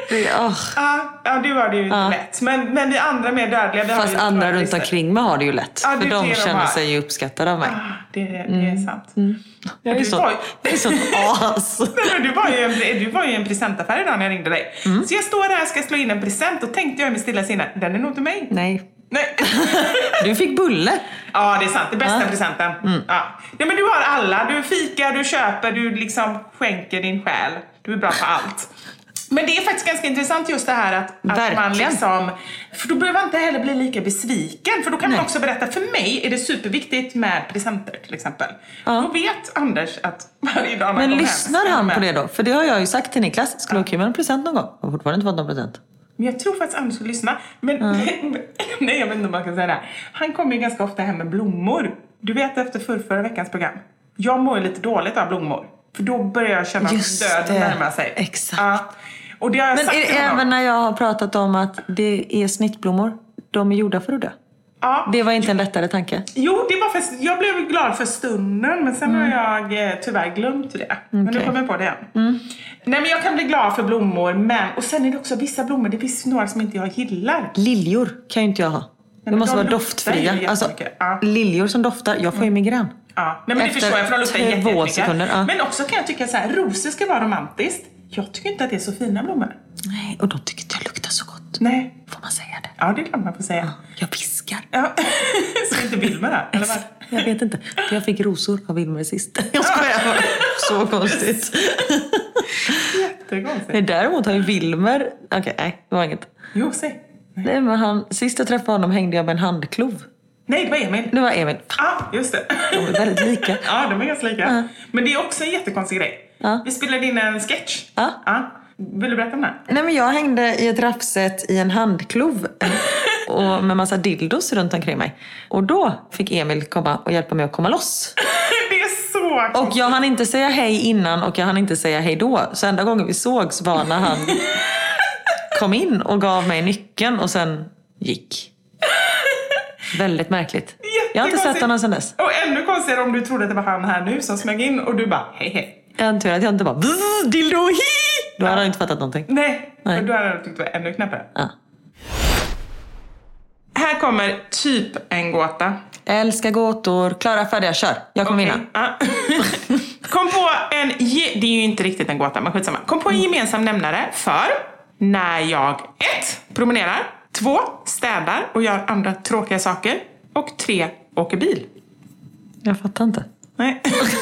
Det, oh. Ja, ja, du har det ju inte Ja. lätt. Men, men vi andra mer dödliga, vi har Fast ju andra bra runt listor. omkring mig har det ju lätt. Ja, för det är de det de känner har. sig ju uppskattade av mig. Ah, det, det, det är sant. Jag är Du så, var ju- jag är så as. Nej, men du var ju en, du var ju en presentaffär idag när jag ringde dig. Så jag står här och ska slå in en present och tänkte jag i min stilla sinne, den är nog till mig. Nej. Nej. Du fick bulle. Ja, det är sant. Det bästa Ja. presenten. Ja. Nej, men du har alla. Du fikar, du köper, du liksom skänker din själ. Du är bra på allt. Men det är faktiskt ganska intressant just det här att, att man Verkligen. liksom... För då behöver man inte heller bli lika besviken. För då kan Nej. man också berätta, för mig är det superviktigt med presenter till exempel. Ja. Då vet Anders att varje dag man Men kommer lyssnar hem, han med. på det då? För det har jag ju sagt till Niklas. Skulle vara kul med en present någon gång. Jag har fortfarande inte fått någon present. Men jag tror faktiskt Anders skulle lyssna. Men nej, jag vet inte om man kan säga det. Han kommer ju ganska ofta hem med blommor. Du vet efter förra, förra veckans program. Jag mår ju lite dåligt av blommor. För då börjar jag känna Just att döden det. närmar sig. Exakt. Ja. Och det har jag Men sagt är det till honom. även när jag har pratat om att det är snittblommor? De är gjorda för att dö. Ja. Det var inte en lättare tanke. Jo, det var för, jag blev glad för stunden. Men sen har jag eh, tyvärr glömt det. Men nu Okej. kommer jag på det igen. Nej, men jag kan bli glad för blommor. Men, och sen är det också vissa blommor. Det finns några som inte jag gillar. Liljor kan ju inte jag ha. Det men måste de vara luktar ju doftfria. Alltså, jättemycket. Ja. liljor som doftar. Jag får ju migrän. Ja, nej, men det Efter förstår jag för de luktar två jättemycket. sekunder, ja. Men också kan jag tycka så här, rosor ska vara romantiskt. Jag tycker inte att det är så fina blommor. Nej, och de tycker inte jag luktar så gott. Nej. Får man säga det? Ja, det är klart man får säga. Jag viskar. Ja. Så inte Wilmer där, eller vad? Jag vet inte. Jag fick rosor av Wilmer sist. Jag skojar bara. Så konstigt. Jättekonstigt. Nej, däremot har ju Wilmer... Okej, nej, det var inget. Jo, säg. Nej. Nej, men han... Sist jag träffade honom hängde jag med en handklov. Nej, det var Emil. Det var Emil. Ja, just det. De är väldigt lika. Ja, de är ganska lika. Ja. Men det är också en jättekonstig grej. Ja. Vi spelade in en sketch. Ja. Ja. Vill du berätta om det? Nej, men jag hängde i ett raffset i en handklov. Och med massa dildos runt omkring mig. Och då fick Emil komma och hjälpa mig att komma loss. Det är så Och konstigt. jag hann inte säga hej innan och jag hann inte säga hej då. Så enda gången vi sågs var när han kom in och gav mig nyckeln och sen gick. Väldigt märkligt. Jag har inte sett honom sedan dess. Och ännu konstigare om du trodde att det var han här nu som smög in och du bara hej hej. Jag antar att jag inte bara "Bzz, dildo, hi!" Då hade han inte fattat någonting. Nej, Nej. för då hade jag tyckt det var ännu knäppare. Ja. Här kommer typ en gåta. Älskar gåtor. Klara, färdiga, kör. Jag kommer vinna. Ja. Kom på en... Ge- det är ju inte riktigt en gåta, men skitsamma. Kom på en gemensam nämnare för när jag ett. Promenerar. Två. Städar och gör andra tråkiga saker. Och tre. Åker bil. Jag fattar inte. Nej.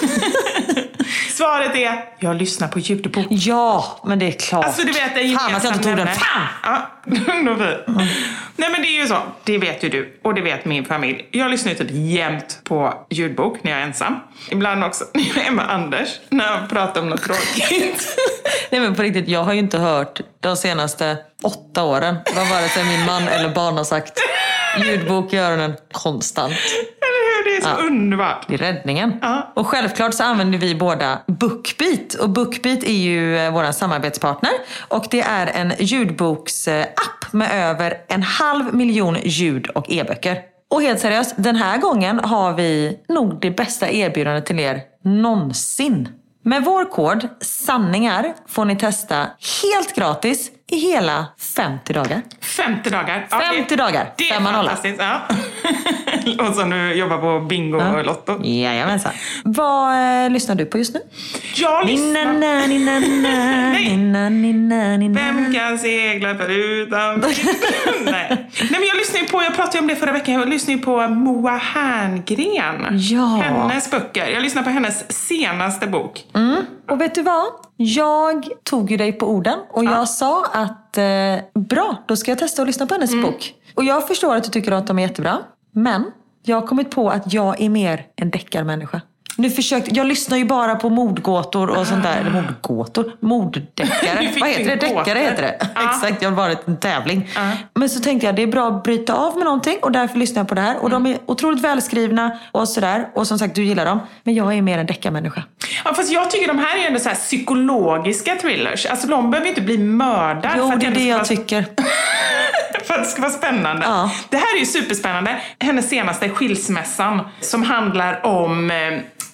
Svaret är, jag lyssnar på ljudbok. Ja, men det är klart. Alltså du vet, en Fan att jag inte tog den. Fan! Ja, nog fint. Nej men det är ju så, det vet ju du och det vet min familj. Jag lyssnar ju typ jämt på ljudbok när jag är ensam. Ibland också när jag är med Anders, när jag pratar om något tråkigt. Nej, men på riktigt, jag har ju inte hört de senaste åtta åren vad vare sig min man eller barn har sagt. Ljudbok i öronen konstant. Eller hur, det är så Ja. underbart. Det är räddningen. Ja. Och självklart så använder vi båda BookBeat. Och BookBeat är ju eh, vår samarbetspartner. Och det är en ljudboksapp med över en halv miljon ljud- och e-böcker. Och helt seriöst, den här gången har vi nog det bästa erbjudandet till er någonsin. Med vår kod SANNINGAR får ni testa helt gratis i hela femtio dagar. femtio dagar. Ja, femtio dagar. Det är Femman nolla. fantastiskt. Ja. Och som du jobbar på bingo Ja. och lotto. Jajamensan. Vad eh, lyssnar du på just nu? Jag lyssnar. Nina, nina, nina, nina, nina, nina. Vem kan segla förutan Nej. Nej, men jag lyssnar ju på, jag pratade ju om det förra veckan, jag lyssnar ju på Moa Herngren. Ja. Hennes böcker. Jag lyssnar på hennes senaste bok. Mm. Och vet du vad? Jag tog ju dig på orden och jag sa att eh, bra, då ska jag testa att lyssna på hennes Mm. bok. Och jag förstår att du tycker att de är jättebra. Men jag har kommit på att jag är mer en deckarmänniska. Nu försökte, jag lyssnar ju bara på mordgåtor och sånt där. Eller mordgåtor? Morddeckare. Nu fick Vad heter du det? Deckare gåtor. heter det. Ja. Exakt, jag har varit en tävling. Ja. Men så tänkte jag, det är bra att bryta av med någonting. Och därför lyssnar jag på det här. Och de är otroligt välskrivna och sådär. Och som sagt, du gillar dem. Men jag är mer en deckarmänniska. Ja, fast jag tycker de här är ändå så här psykologiska thrillers. Alltså de behöver ju inte bli mördare. Jo, för att det är ändå det ska jag vara- tycker. För att det ska vara spännande. Ja. Det här är ju superspännande. Hennes senaste Skilsmässan som handlar om eh,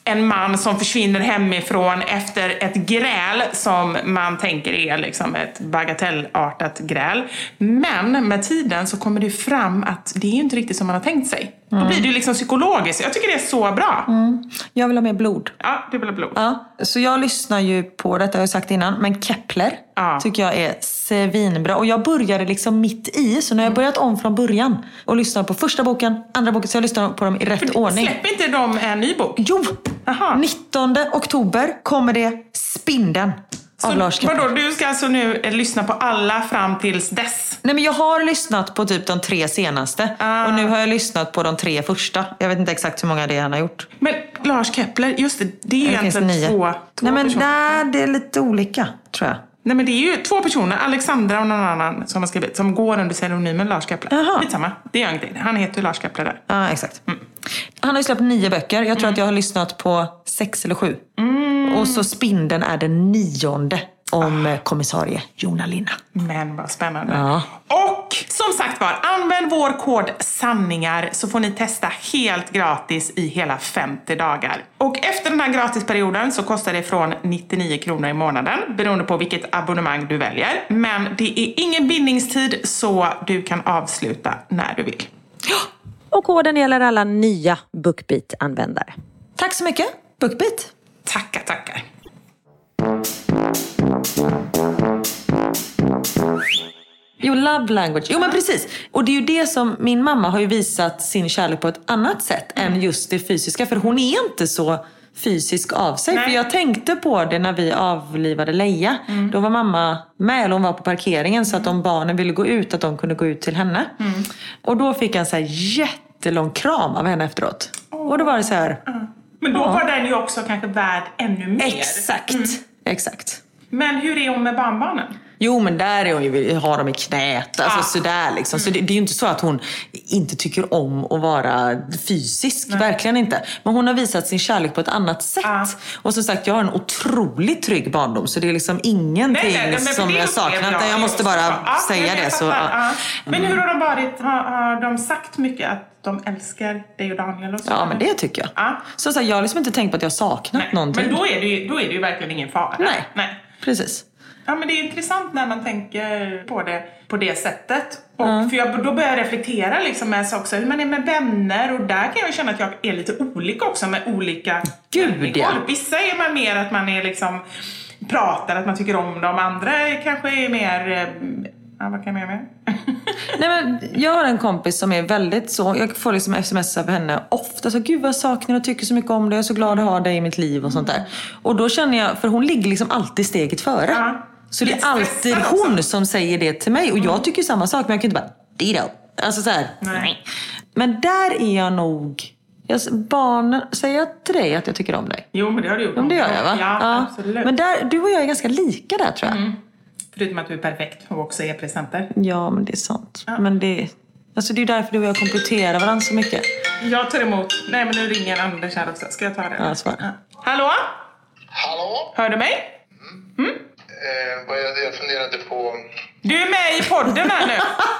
en man som försvinner hemifrån efter ett gräl som man tänker är liksom ett bagatellartat gräl. Men med tiden så kommer det fram att det är ju inte riktigt som man har tänkt sig. Mm. Då blir det ju liksom psykologiskt. Jag tycker det är så bra. Mm. Jag vill ha mer blod. Ja, du vill ha blod. Ja. Så jag lyssnar ju på detta, har jag sagt innan. Men Kepler ja. tycker jag är svinbra. Och jag började liksom mitt i. Så nu har jag börjat om från början. Och lyssnar på första boken, andra boken. Så jag lyssnar på dem i rätt För ordning. Släpper inte de en ny bok? Jo! Aha. nittonde oktober kommer det Spindeln. Av Lars Kepler. Vadå, du ska alltså nu eh, lyssna på alla fram tills dess? Nej, men jag har lyssnat på typ de tre senaste. Ah. Och nu har jag lyssnat på de tre första. Jag vet inte exakt hur många det är han har gjort. Men Lars Kepler, just det, det är ju egentligen nio. två, två Nej, men personer. nej, det är lite olika, tror jag. Nej, men det är ju två personer, Alexandra och någon annan som har skrivit, som går under pseudonymen Lars Kepler. Jaha. Skitsamma, det är ingenting. Han heter ju Lars Kepler där. Ja, exakt. Mm. Han har ju släppt nio böcker. Jag tror mm. att jag har lyssnat på sex eller sju. Mm. Och så Spindeln är den nionde. Om ah. kommissarie Jona Linna. Men vad spännande. Ja. Och som sagt var, använd vår kod sanningar så får ni testa helt gratis i hela femtio dagar. Och efter den här gratisperioden så kostar det från nittionio kronor i månaden beroende på vilket abonnemang du väljer. Men det är ingen bindningstid så du kan avsluta när du vill. Och koden gäller alla nya BookBeat-användare. Tack så mycket, BookBeat. Tackar, tackar. Jo, love language. Jo, men precis. Och det är ju det som min mamma har ju visat sin kärlek på ett annat sätt mm. än just det fysiska. För hon är inte så fysisk av sig. Nej. För jag tänkte på det när vi avlivade Leia. Mm. Då var mamma med, eller hon var på parkeringen. Så att om barnen ville gå ut, att de kunde gå ut till henne. Mm. Och då fick jag en så här jättelång kram av henne efteråt. Oh. Och då var det så här... Mm. Men då ja. var den ju också kanske värd ännu mer. Exakt, mm. exakt. Men hur är hon med barnbarnen? Jo, men där är hon ju, har de i knät, alltså ah. sådär liksom. Så det, det är ju inte så att hon inte tycker om att vara fysisk, Nej. verkligen inte. Men hon har visat sin kärlek på ett annat sätt. Ah. Och som sagt, jag har en otroligt trygg barndom, så det är liksom ingenting nej, nej, som jag saknat. Jag, jag måste bara ah, säga det. Så, ah. ah. Men hur har de varit? Har, har de sagt mycket att de älskar dig och Daniel och så? Ja, men det tycker jag. Ah. Så, så här, jag har liksom inte tänkt på att jag saknat nej. någonting. Men då är, det ju, då är det ju verkligen ingen fara. Nej, nej. Precis. Ja, men det är intressant när man tänker på det på det sättet. Och mm. för jag, då börjar jag reflektera liksom med också hur man är med vänner. Och där kan jag känna att jag är lite olika också med olika Gud, ja. Vissa är man mer att man är liksom pratar, att man tycker om dem. Andra kanske är mer... Ja, vad kan jag med? Nej, men jag har en kompis som är väldigt så... Jag får liksom sms av henne ofta. Så, Gud vad jag saknar och tycker så mycket om det. Jag är så glad att ha dig i mitt liv och sånt där. Och då känner jag... För hon ligger liksom alltid steget före. Ja. Så det är alltid hon också som säger det till mig. Och jag tycker samma sak. Men jag kan inte bara... Dido. Alltså så här. Nej. Men där är jag nog... Jag, barn, säger jag till dig att jag tycker om dig? Jo, men det har du gjort. Men det gör jag, va? Ja, ja. absolut. Men där, du och jag är ganska lika där, tror jag. Mm. Förutom att du är perfekt och också är presenter. Ja, men det är sant. Ja. Men det, alltså det är därför du och jag kompletterar varandra så mycket. Jag tar emot. Nej, men nu ringer Anders här också. Ska jag ta det? Ja, svar. Ja. Hallå? Hallå? Hör du mig? Mm. Mm? Eh, vad jag, jag funderade på... Du är med i podden här nu.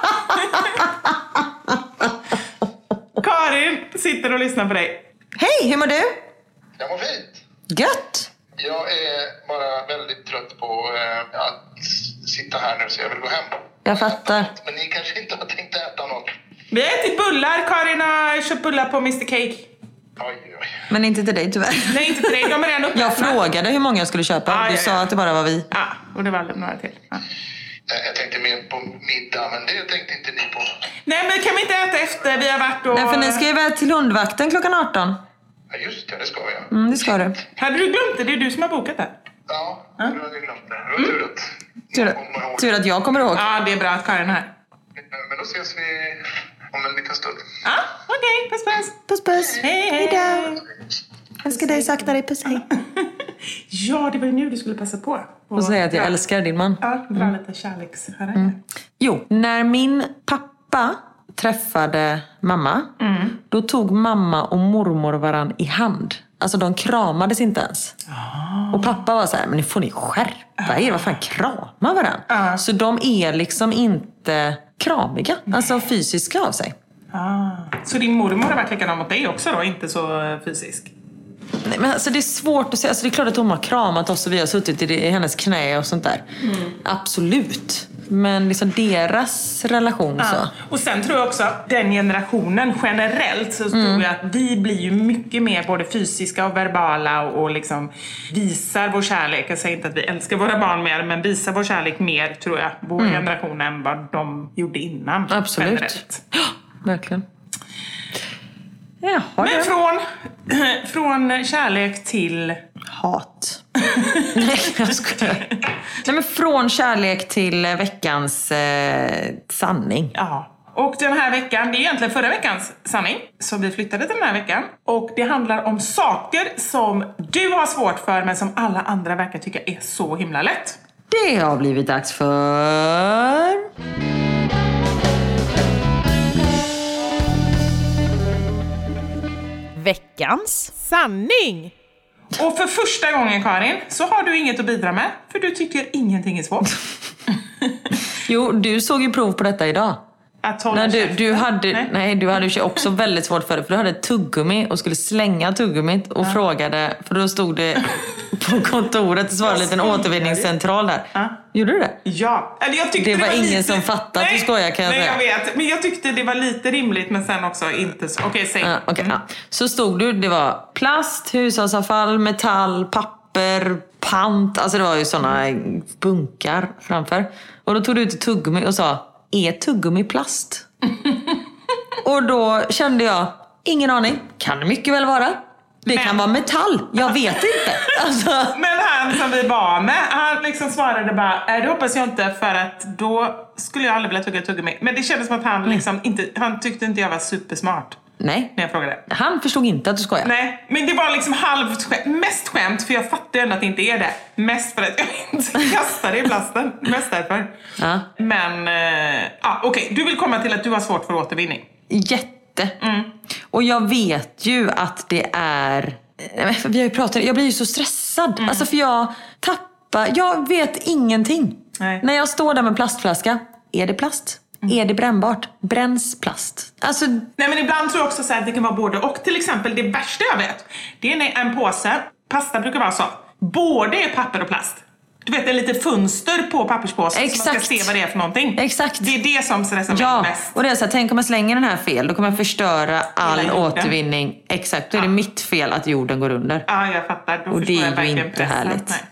Karin sitter och lyssnar på dig. Hej, hur mår du? Jag mår fint. Gött. Jag är bara väldigt trött på eh, att sitta här nu, så jag vill gå hem. Jag fattar. Men ni kanske inte har tänkt äta något. Vi har ätit bullar. Karin har köpt bullar på mister Cake. Oj, oj. Men inte till dig, tyvärr. Nej, inte till dig. De är redan uppe. Jag frågade hur många jag skulle köpa. Ah, du ja, sa ja. att det bara var vi. Ja, och det var några till. Ja. Jag tänkte mer på middag, men det tänkte inte ni på. Nej, men kan vi inte äta efter? Vi har varit och... Nej, för ni ska ju väl till hundvakten klockan arton. Ja, just det. Det ska jag. Mm, det ska du. Hade du glömt det? Det är du som har bokat det. Ja, du hade glömt det. Det var tur att... Tur, tur att jag kommer ihåg. Ja, det är bra att Karin är här. Men då ses vi om en liten stund. Ja, okej. Okay. Puss, puss. Puss, puss. Hej, hej. Hej då. Jag ska dig sakna dig. Puss, hej. Ja, det var ju nu du skulle passa på. Och, och säga att jag älskar din man. Ja, dra mm. lite kärleksharang. Mm. Jo, när min pappa träffade mamma, mm. då tog mamma och mormor varann i hand. Alltså de kramades inte ens. Oh. Och pappa var så här, men nu får ni skärpa er. Vad fan kramar varann? Uh. Så de är liksom inte kramiga. Nej. Alltså fysiska av sig. Ah. Så din mormor har varit likadan mot dig också då? Inte så fysisk? Nej, men alltså det är svårt att säga. Alltså det är klart att hon har kramat oss och vi har suttit i, det, i hennes knä och sånt där. Mm. Absolut. Men liksom deras relation ja. så. Och sen tror jag också den generationen generellt så mm. tror jag att vi blir ju mycket mer både fysiska och verbala och, och liksom visar vår kärlek. Jag säger inte att vi älskar våra barn mer, men visar vår kärlek mer, tror jag, vår mm. generation än vad de gjorde innan. Absolut. Generellt. Ja, verkligen. Jaha, men från, från kärlek till hat. Nej, jag skojar. Nej, men från kärlek till veckans eh, sanning. Ja. Och den här veckan, det är egentligen förra veckans sanning. Så vi flyttade till den här veckan. Och det handlar om saker som du har svårt för men som alla andra verkar tycka är så himla lätt. Det har blivit dags för... Veckans sanning. Och för första gången, Karin, så har du inget att bidra med. För du tycker ingenting är svårt. Jo, du såg ju prov på detta idag. Att hålla nej, du, käften. du hade, nej. nej, du hade ju också väldigt svårt för det. För du hade ett tuggummi och skulle slänga tuggummit och ja. frågade. För då stod det på kontoret. Det var en liten återvinningscentral där. Ja. Gjorde du det? Ja. Eller jag tyckte det, det var, var ingen lite... som fattade att du skojar, kan jag nej, säga. Nej, jag vet. Men jag tyckte det var lite rimligt, men sen också inte så. Okej, okay, säg. Ja, okay, mm. ja. Så stod du, det var plast, hushållsavfall, metall, papper, pant. Alltså det var ju såna bunkar framför. Och då tog du ut ett tuggummi och sa, är tuggummi plast? Och då kände jag, ingen aning, kan det mycket väl vara. Det men, kan vara metall, jag vet inte. Alltså. Men han som vi var med, han liksom svarade bara, äh, det hoppas jag inte, för att då skulle jag aldrig vilja tugga tuggummi. Men det kändes som att han liksom inte, han tyckte inte jag var supersmart. Nej. När jag frågade. Han förstod inte att du skojar. Nej, men det var liksom halvt skämt. Mest skämt, för jag fattar ändå att det inte är det. Mest för att jag inte kastar det i plasten. Mest därför. Ja. Men, äh, ja, okej. Okay. Du vill komma till att du har svårt för återvinning. Jätte. Mm. Och jag vet ju att det är... Vi har ju pratat, jag blir ju så stressad. Mm. Alltså för jag tappar... Jag vet ingenting. Nej. När jag står där med plastflaska, är det plast? Mm. Är det brännbart? Bränns plast? Alltså... Nej, men ibland tror jag också så att det kan vara både och. Till exempel det värsta jag vet, det är när en påse, pasta brukar vara så, både är papper och plast. Du vet, det är lite fönster på papperspåsen. Exakt. Så man ska se vad det är för någonting. Exakt. Det är det som stressar mig ja. mest. Och det är så här, tänk om jag slänger den här fel, då kommer jag förstöra all återvinning. Exakt, då är det ja. mitt fel att jorden går under. Ja, jag fattar. Då och det är jag ju inte pressen. Härligt. Nej.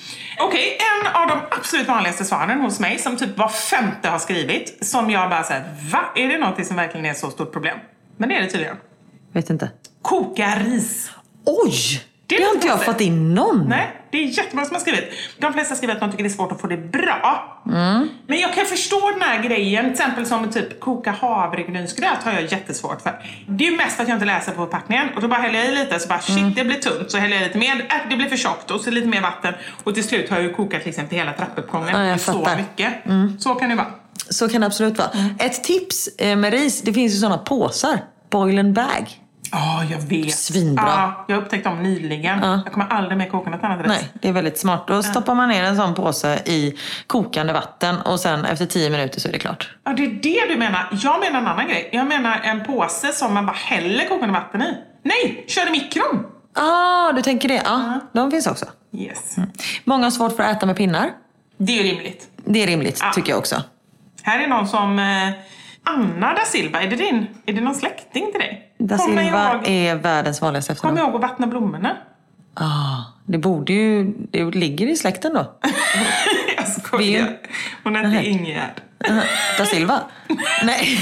Okej, okay, en av de absolut vanligaste svaren hos mig, som typ var femte har skrivit, som jag bara säger, va? Är det något som verkligen är ett så stort problem? Men det är det tydligen. Vet inte. Koka ris. Oj! Det, det har inte jag fått in någon. Nej, det är jättemånga som har skrivit. De flesta skriver att de tycker det är svårt att få det bra. Mm. Men jag kan förstå den här grejen. Till exempel som typ koka havregrynsgröt har jag jättesvårt för. Det är ju mest för att jag inte läser på förpackningen. Och då bara häller jag i lite, så bara shit, mm. det blir tunt. Så häller jag lite mer, äh, det blir för tjockt. Och så lite mer vatten. Och till slut har jag ju kokat till exempel hela trappuppgången. Ja, jag så fattar. Mycket. Mm. Så kan det vara. Så kan det absolut vara. Mm. Ett tips med ris, det finns ju sådana påsar. Boil and bag. Ja, oh, jag vet. Svinbra. Ja, jag upptäckte dem nyligen. Ja. Jag kommer aldrig mer koka något annat ris. Nej, det är väldigt smart. Då stoppar man ner en sån påse i kokande vatten och sen efter tio minuter så är det klart. Ja, det är det du menar. Jag menar en annan grej. Jag menar en påse som man bara häller kokande vatten i. Nej, kör i mikron. Ah, du tänker det. Ja, uh-huh. De finns också. Yes. Mm. Många har svårt för att äta med pinnar. Det är rimligt. Det är rimligt, ja. Tycker jag också. Här är någon som... Eh, Anna da Silva, är det din? Är det någon släkting till dig? Da Silva ihåg, är världens vanligaste efternamn. Kommer jag ihåg att vattna blommorna? Ja, ah, det borde ju... Det ligger i släkten då. Jag skojar. Vi... Hon heter uh-huh. Ingegärd. Uh-huh. Da Silva? Nej.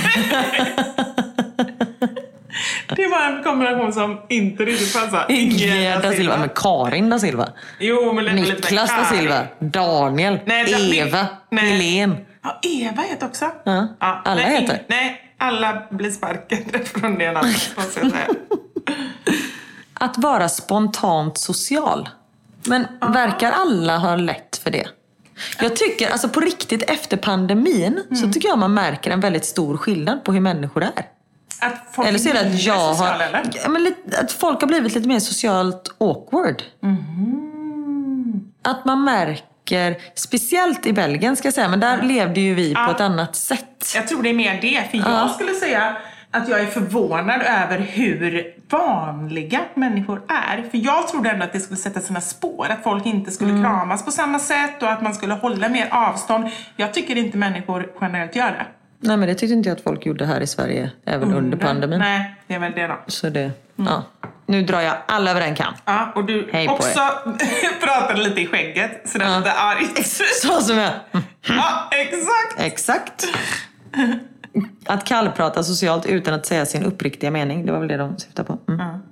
Det var en kombination som inte riktigt passar. Ingegärd da Silva. Men Karin da Silva. Jo, men Niklas da Silva. Daniel. Nej, Eva. Nej. Helene. Ja, Eva heter också. Ja, ja, alla nej, heter. Nej, alla blir sparkade från det namnet, måste jag säga. Att vara spontant social. Men ah. verkar alla ha lätt för det? Jag tycker, alltså på riktigt efter pandemin mm. så tycker jag man märker en väldigt stor skillnad på hur människor är. Att folk eller så är det att jag social, har... eller? Ja, men lite, att folk har blivit lite mer socialt awkward. Mm. Att man märker... Speciellt i Belgien ska jag säga, men där mm. levde ju vi ja. på ett annat sätt. Jag tror det är mer det, för ja. jag skulle säga att jag är förvånad över hur vanliga människor är. För jag trodde ändå att det skulle sätta sina spår. Att folk inte skulle mm. kramas på samma sätt och att man skulle hålla mer avstånd. Jag tycker inte människor generellt gör det. Nej, men det tyckte inte jag att folk gjorde här i Sverige även under, under pandemin. Nej, det är väl det då. Så det, mm. ja. Nu drar jag alla över en kam. Ja, och du Hej också pratade lite i skägget. Så det är ja. lite argt. Så som jag. Mm. Ja, exakt. Exakt. Att kallprata socialt utan att säga sin uppriktiga mening. Det var väl det de syftade på. Mm. Ja.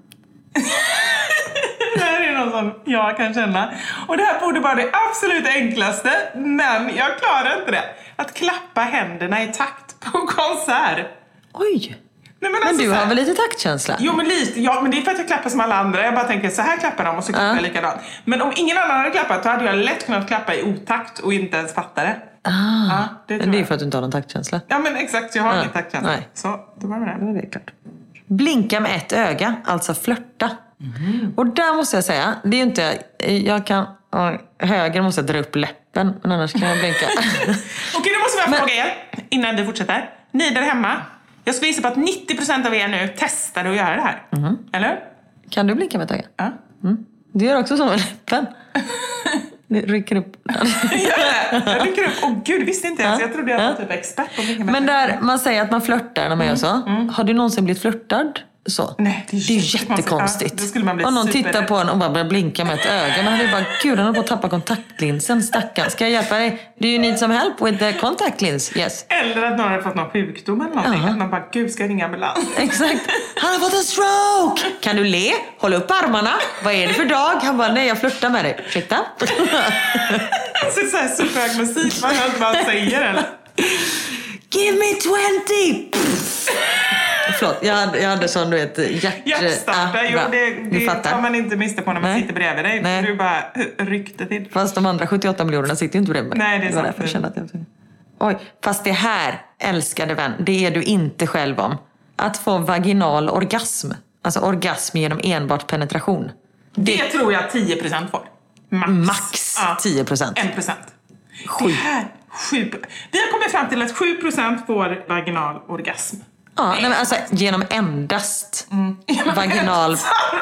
Det här är något som jag kan känna. Och det här borde vara det absolut enklaste. Men jag klarar inte det. Att klappa händerna i takt på konsert. Oj. Nej, men men alltså, du har här, väl lite taktkänsla? Jo, men lite. Ja, men det är för att jag klappar som alla andra. Jag bara tänker, så här klappar de och så klappar jag uh. likadant. Men om ingen annan hade klappat, då hade jag lätt kunnat klappa i otakt och inte ens fatta det. Ah, ja, det, det är för att du inte har någon taktkänsla. Ja, men exakt. Jag har uh. ingen taktkänsla. Nej. Så, det var det. Det är klart. Blinka med ett öga, alltså flörta. Mm. Och där måste jag säga, det är ju inte... Jag kan... Höger måste jag dra upp läppen, men annars kan jag blinka. Okej, då måste jag men... fråga er, innan du fortsätter. Ni där hemma... Jag skulle gissa på att nittio procent av er nu testade att göra det här. Mm. Eller? Kan du blinka med ett öga? Ja. Mm. Du gör också så med läppen. Du rycker upp. Gör det? Jag rycker upp. Åh gud, visste inte ens. Ja. Jag trodde jag var ja. typ expert på att blinka med. Men där man säger att man flörtar när man mm. gör så. Mm. Har du någonsin blivit flörtad så? Nej, det är, det är jättekonstigt. Ja, skulle man bli och någon super... tittar på en och bara börjar blinka med ett öga. Man hade bara, gud, han har på att tappa kontaktlinsen, stackarn. Ska jag hjälpa dig? Do you need some help with the contact lens? Yes. Eller att någon har fått någon sjukdom eller någonting. Uh-huh. Att man bara, gud, ska jag ringa ambulans? Exakt. Han har fått en stroke! Kan du le? Håll upp armarna. Vad är det för dag? Han bara, nej, jag flörtar med dig. Ursäkta? Så det är så här superhög musik. Man hör inte vad han säger, eller? Give me twenty! Förlåt, jag hade, jag hade sån, du vet, hjärt... Hjärtstarta, ah, jo, det, det tar man inte miste på när man Nej. sitter bredvid dig. Nej. Du bara ryckte till. Fast de andra sjuttioåtta miljonerna sitter ju inte bredvid mig. Nej, det är det var därför jag kände att jag... Oj, fast det här, älskade vän, det är du inte själv om. Att få vaginal orgasm. Alltså orgasm genom enbart penetration. Det, det tror jag tio procent får. Max. Max ja. tio procent. en procent. Det här, sju... Vi har kommit fram till att sju procent får vaginal orgasm. Ja, nej, men alltså genom endast mm. vaginal...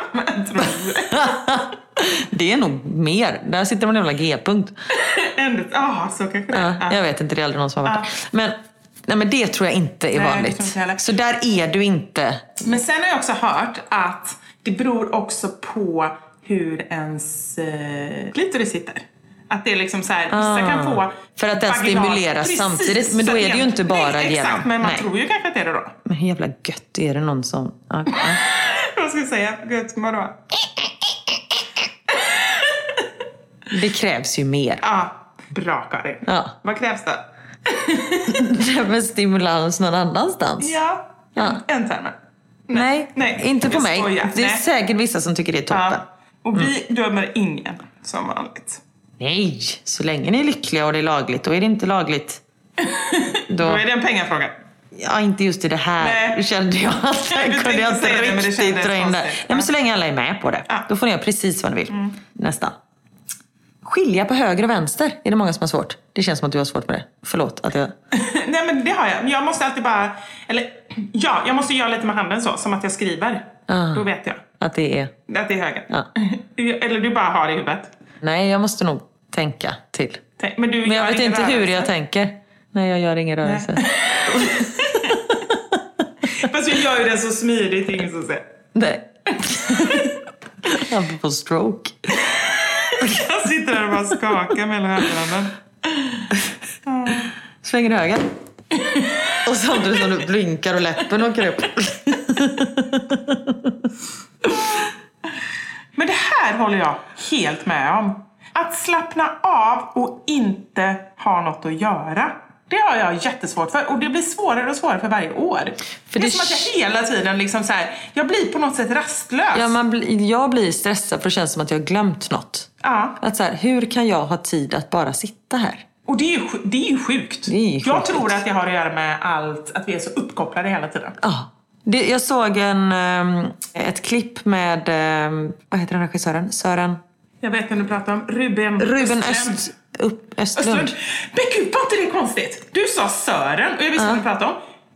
Det är nog mer. Där sitter man en jävla G-punkt. Endast, ah, så kanske det. Ja, jag vet inte, det är aldrig någon som har varit ah. Men, nej, men det tror jag inte är nej, vanligt. Så där är du inte. Men sen har jag också hört att det beror också på hur ens eh, klitoris sitter. Att det är liksom så här, vissa ah, kan få för att den stimuleras precis, samtidigt. Men då är det ju inte bara nej, genom. Exakt, men man nej. tror ju kanske att det är det då. Men hur jävla gött är det någon som... Ah, ah. Vad ska jag säga? Gött, vadå? Det krävs ju mer. Ja, bra Karin. Ja. Vad krävs då? Det med stimulans någon annanstans. Ja, ja. En termen. Nej, nej, nej, inte på mig. Skoja. Det är nej. säkert vissa som tycker det är toppen. Ja. Och vi mm. dömer ingen som vanligt. Nej, så länge ni är lyckliga och det är lagligt. Då är det inte lagligt. Då, då är det en pengafråga. Ja, inte just i det här. Nej. Nu kände jag att jag kunde jag inte det, riktigt det dra in där. Ja, men så länge alla är med på det. Ja. Då får ni göra precis vad ni vill. Mm. Nästa. Skilja på höger och vänster. Är det många som har svårt? Det känns som att du har svårt med det. Förlåt att jag... Nej, men det har jag. Jag måste alltid bara... Eller, ja, jag måste göra lite med handen så. Som att jag skriver. Ah. Då vet jag. Att det är... Att det är höger. Ja. Eller du bara har det i huvudet. Nej, jag måste nog tänka till. Tänk, men, du men jag vet inte rörelse. hur jag tänker. Nej, jag gör ingen rörelse. Fast jag gör ju det så smidigt, ingen som ser. Nej. Jag får stroke. Jag sitter där och bara skakar med hela högerhanden. Svänger höger. Och samtidigt som du blinkar och läppen åker upp. Men det här håller jag helt med om. Att slappna av och inte ha något att göra. Det har jag jättesvårt för. Och det blir svårare och svårare för varje år. För det är det som att jag hela tiden liksom så här, jag blir på något sätt rastlös. Ja, man bli, jag blir stressad för det känns som att jag har glömt något. Ja. Att så här, hur kan jag ha tid att bara sitta här? Och det är ju, det är ju sjukt. Det är ju jag sjukt. tror att det har att göra med allt, att vi är så uppkopplade hela tiden. Ja. Det, jag såg en, ett klipp med, vad heter den regissören? Sören? Jag vet vem du pratar om. Ruben, Ruben Öst, upp, Östlund. Östlund. Men gud, var inte det konstigt? Du sa Sören och jag visste uh. vad du pratade om.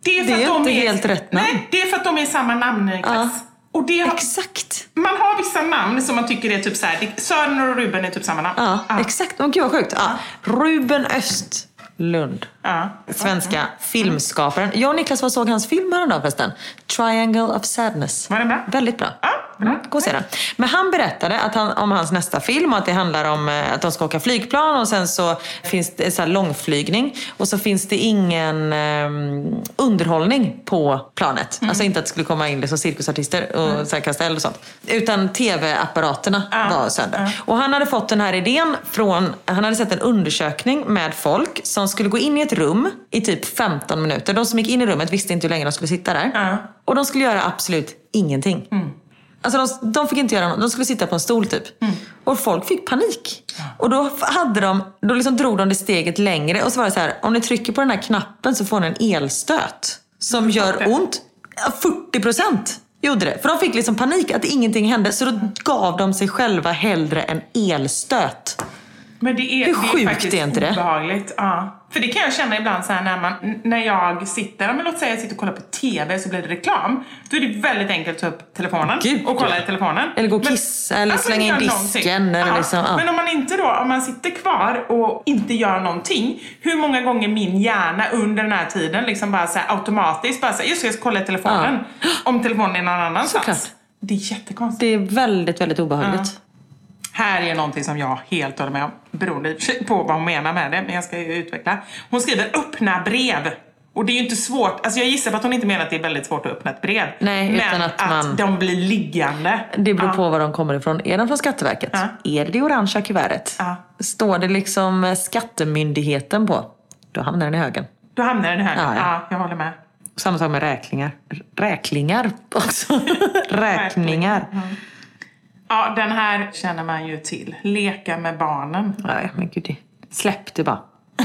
Det är, för det är att inte de är, helt rätt namn. Nej, det är för att de är i samma namnklass. Ja. Och det har, exakt. Man har vissa namn som man tycker är typ så här. Sören och Ruben är typ samma namn. Ja, ja. exakt. Men gud vad sjukt. Ja. Ruben Östlund. Ja. Svenska mm. filmskaparen. Jag och Niklas var såg hans film häromdagen förresten. Triangle of Sadness. Var det bra? Väldigt bra. Ja, bra. Mm, gå och se den. Men han berättade att han, om hans nästa film, att det handlar om att de ska åka flygplan och sen så finns det så här långflygning och så finns det ingen um, underhållning på planet. Mm. Alltså inte att det skulle komma in liksom cirkusartister och mm. så här kasta eld och sånt. Utan tv-apparaterna ja. var sönder. Ja. Och han hade fått den här idén från, han hade sett en undersökning med folk som skulle gå in i ett rum i typ femton minuter. De som gick in i rummet visste inte hur länge de skulle sitta där. Ja. Och de skulle göra absolut ingenting. Mm. Alltså de, de fick inte göra något. De skulle sitta på en stol typ. Mm. Och folk fick panik. Ja. Och då hade de, då liksom drog de det steget längre. Och så var det så här, om ni trycker på den här knappen så får ni en elstöt. Som gör ont. fyrtio procent gjorde det. För de fick liksom panik att ingenting hände. Så då gav de sig själva hellre en elstöt. Men det är, Hur sjukt det är faktiskt är inte det? Obehagligt. Ja. För det kan jag känna ibland så här när, man, när jag sitter, men låt säga jag sitter och kollar på tv så blir det reklam. Då är det väldigt enkelt att ta upp telefonen Gud, och kolla i telefonen. Eller gå och kissa eller alltså, slänga in disken. Eller ja. liksom, ja. Men om man inte då, om man sitter kvar och inte gör någonting. Hur många gånger min hjärna under den här tiden liksom bara så här, automatiskt bara så här, just så jag ska kolla i telefonen. Ja. Om telefonen är någon annanstans. Såklart. Det är jättekonstigt. Det är väldigt, väldigt obehagligt. Ja. Här är någonting som jag helt håller med om, beroende på vad hon menar med det, men jag ska ju utveckla. Hon skriver öppna brev. Och det är ju inte svårt, alltså jag gissar på att hon inte menar att det är väldigt svårt att öppna ett brev. Nej, men utan att, man... att de blir liggande. Det beror ja. på var de kommer ifrån. Är de från Skatteverket? Ja. Är det det orangea kuvertet? Ja. Står det liksom Skattemyndigheten på? Då hamnar den i högen. Då hamnar den i högen, ja, ja. ja jag håller med. Samma sak med räklingar. Räklingar också. Räkningar. Ja. Ja, den här känner man ju till. Leka med barnen. Nej, men gud, släpp det bara.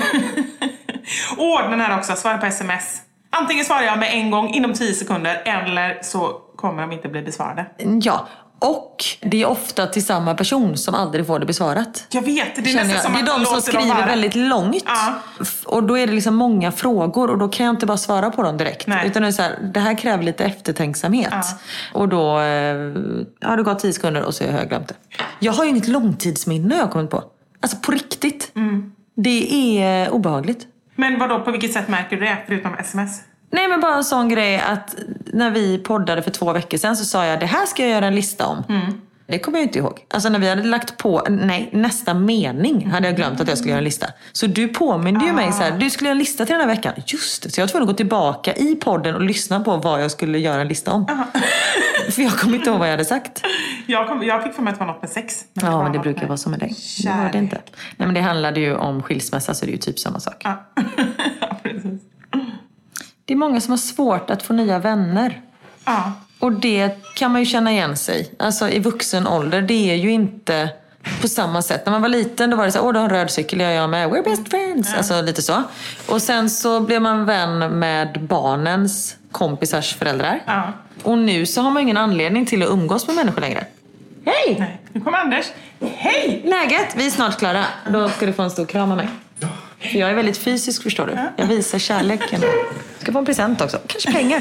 Och den här också, svara på sms. Antingen svarar jag med en gång inom tio sekunder eller så kommer de inte bli besvarade. Ja, och det är ofta till samma person som aldrig får det besvarat. Jag vet, det är nästan jag. som det är att de som skriver väldigt långt. Ja. Och då är det liksom många frågor och då kan jag inte bara svara på dem direkt. Nej. Utan det är så här, det här kräver lite eftertänksamhet. Ja. Och då eh, har det gått tio sekunder och så har jag glömt det. Jag har ju inget långtidsminne jag har kommit på. Alltså på riktigt. Mm. Det är obehagligt. Men vad då, på vilket sätt märker du det förutom sms? Nej, men bara en sån grej att när vi poddade för två veckor sedan så sa jag, det här ska jag göra en lista om. Mm. Det kommer jag inte ihåg. Alltså när vi hade lagt på, nej, nästa mening hade jag glömt att jag skulle göra en lista. Så du påminde ju ah. mig så här, du skulle göra en lista till den här veckan. Just det, så jag var tvungen att gå tillbaka i podden och lyssna på vad jag skulle göra en lista om. Ah. För jag kommer inte ihåg vad jag hade sagt. Jag, kom, jag fick för mig att det var något med sex. Men ja, men det brukar med vara så med dig. Det var det inte. Nej, men det handlade ju om skilsmässa, så det är ju typ samma sak. Ah. Ja, precis. Det är många som har svårt att få nya vänner. Ja. Och det kan man ju känna igen sig. Alltså i vuxen ålder, det är ju inte på samma sätt. När man var liten då var det så här, åh du har en röd cykel, jag är jag med. We're best friends. Ja. Alltså lite så. Och sen så blev man vän med barnens kompisars föräldrar. Ja. Och nu så har man ingen anledning till att umgås med människor längre. Hej! Nej, nu kommer Anders. Hej! Läget? Vi är snart klara. Då ska du få en stor kram av mig. För jag är väldigt fysisk, förstår du. Jag visar kärleken. Jag ska få en present också. Kanske pengar.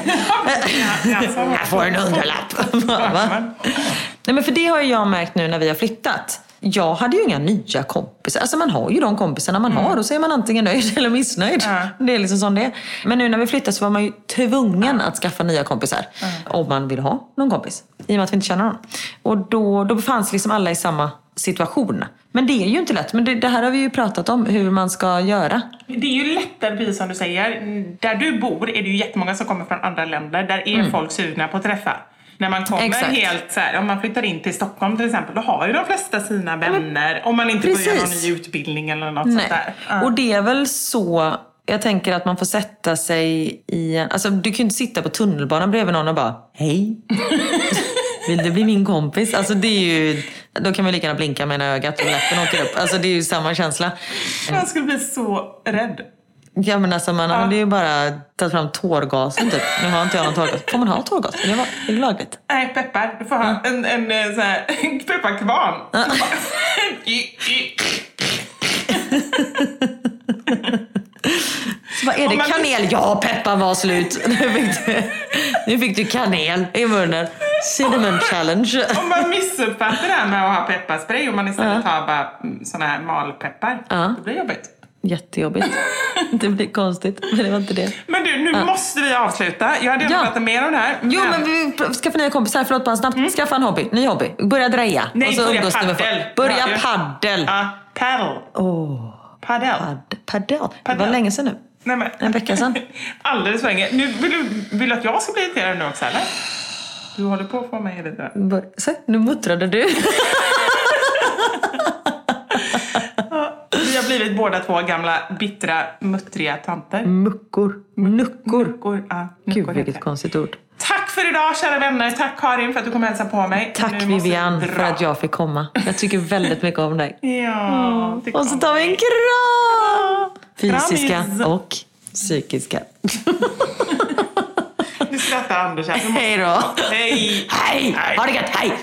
Jag får en hundralapp. Nej, men för det har jag märkt nu när vi har flyttat. Jag hade ju inga nya kompisar. Alltså man har ju de kompisarna man mm. har. Och så är man antingen nöjd eller missnöjd. Mm. Det är liksom sån det är. Men nu när vi flyttade så var man ju tvungen mm. att skaffa nya kompisar. Mm. Om man vill ha någon kompis. I och med att vi inte känner någon. Och då, då befanns liksom alla i samma situation. Men det är ju inte lätt. Men det, det här har vi ju pratat om. Hur man ska göra. Det är ju lättare, precis som du säger. Där du bor är det ju jättemånga som kommer från andra länder. Där är mm. folk sugna på att träffa. När man kommer Exakt. helt så här, om man flyttar in till Stockholm till exempel, då har ju de flesta sina vänner. Men, om man inte precis. börjar någon ny utbildning eller något Nej. sånt där. Ja. Och det är väl så, jag tänker att man får sätta sig i en, alltså du kan ju inte sitta på tunnelbanan bredvid någon och bara, hej. Vill du bli min kompis? Alltså det är ju, då kan man lika gärna blinka med en ögat och läppen åker upp. Alltså det är ju samma känsla. Jag skulle bli så rädd. Ja, men alltså man har ja. ju bara tagit fram tårgasen typ. Nu har inte jag någon tårgas. Får man ha tårgas? Det är det lagligt. Nej, peppar. Du får ha ja. en, en, en så här pepparkvarn. Ja. Så bara är det kanel? Ja, peppar var slut. Nu fick du, nu fick du kanel i munnen. Cinnamon challenge. Om man missuppfattar det här med att ha pepparspray och man istället ja. har bara såna här malpeppar, ja. det blir jobbigt. Jättejobbigt. Det blir konstigt, men det var inte det. Men du, nu ja. måste vi avsluta. Jag hade ja. pratat mer om det här. Men... Jo, men vi skaffar nya kompisar. Förlåt, bara snabbt. Mm. Skaffa en hobby. Ny hobby. Börja dreja. Nej, och så börja paddel. Börja ja, paddel. Ja, paddel. Oh. Paddel. Pad- paddel. Det var länge sedan nu. Nej, men. En vecka sedan. Alldeles för länge. Nu vill du, vill du att jag ska bli irriterad nu också, eller? Du håller på att få mig lite. Så, nu muttrade du. Vi har blivit båda två gamla, bittra, muttriga tanter. Muckor. Nuckor. Muckor. Ja, Gud, vilket konstigt ord. Tack för idag, kära vänner. Tack Karin för att du kom hälsa på mig. Tack Vivian för att jag fick komma. Jag tycker väldigt mycket om dig. Ja, och så tar vi en kram. Fysiska och psykiska. Nu skrattar Anders här. Hej då. Hej. Hej. Ha det gött. Hej.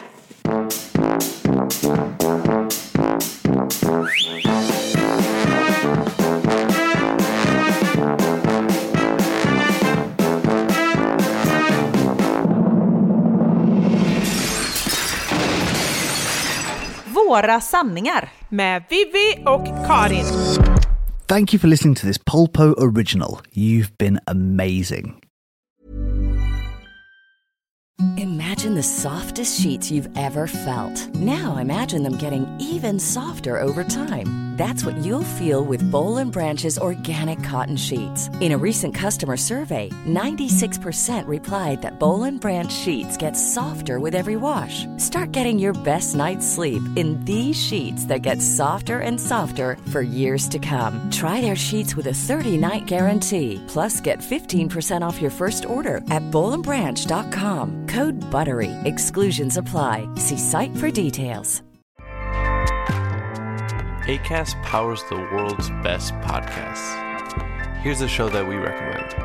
Våra sanningar med Vivi och Karin. Thank you for listening to this Polpo original. You've been amazing. Imagine the softest sheets you've ever felt. Now imagine them getting even softer over time. That's what you'll feel with Boll and Branch's organic cotton sheets. In a recent customer survey, ninety-six percent replied that Boll and Branch sheets get softer with every wash. Start getting your best night's sleep in these sheets that get softer and softer for years to come. Try their sheets with a thirty-night guarantee. Plus, get fifteen percent off your first order at boll and branch dot com. Code BUTTERY. Exclusions apply. See site for details. Acast powers the world's best podcasts. Here's a show that we recommend.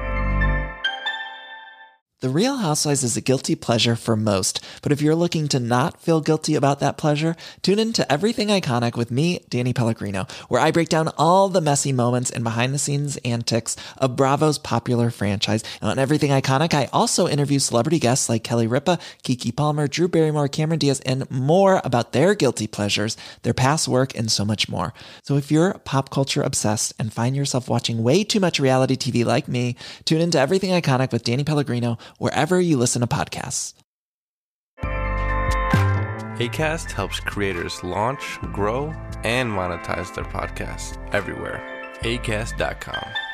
The Real Housewives is a guilty pleasure for most, but if you're looking to not feel guilty about that pleasure, tune in to Everything Iconic with me, Danny Pellegrino, where I break down all the messy moments and behind-the-scenes antics of Bravo's popular franchise. And on Everything Iconic, I also interview celebrity guests like Kelly Ripa, Keke Palmer, Drew Barrymore, Cameron Diaz, and more about their guilty pleasures, their past work, and so much more. So if you're pop culture obsessed and find yourself watching way too much reality T V like me, tune in to Everything Iconic with Danny Pellegrino, wherever you listen to podcasts. Acast helps creators launch, grow, and monetize their podcasts everywhere. acast dot com.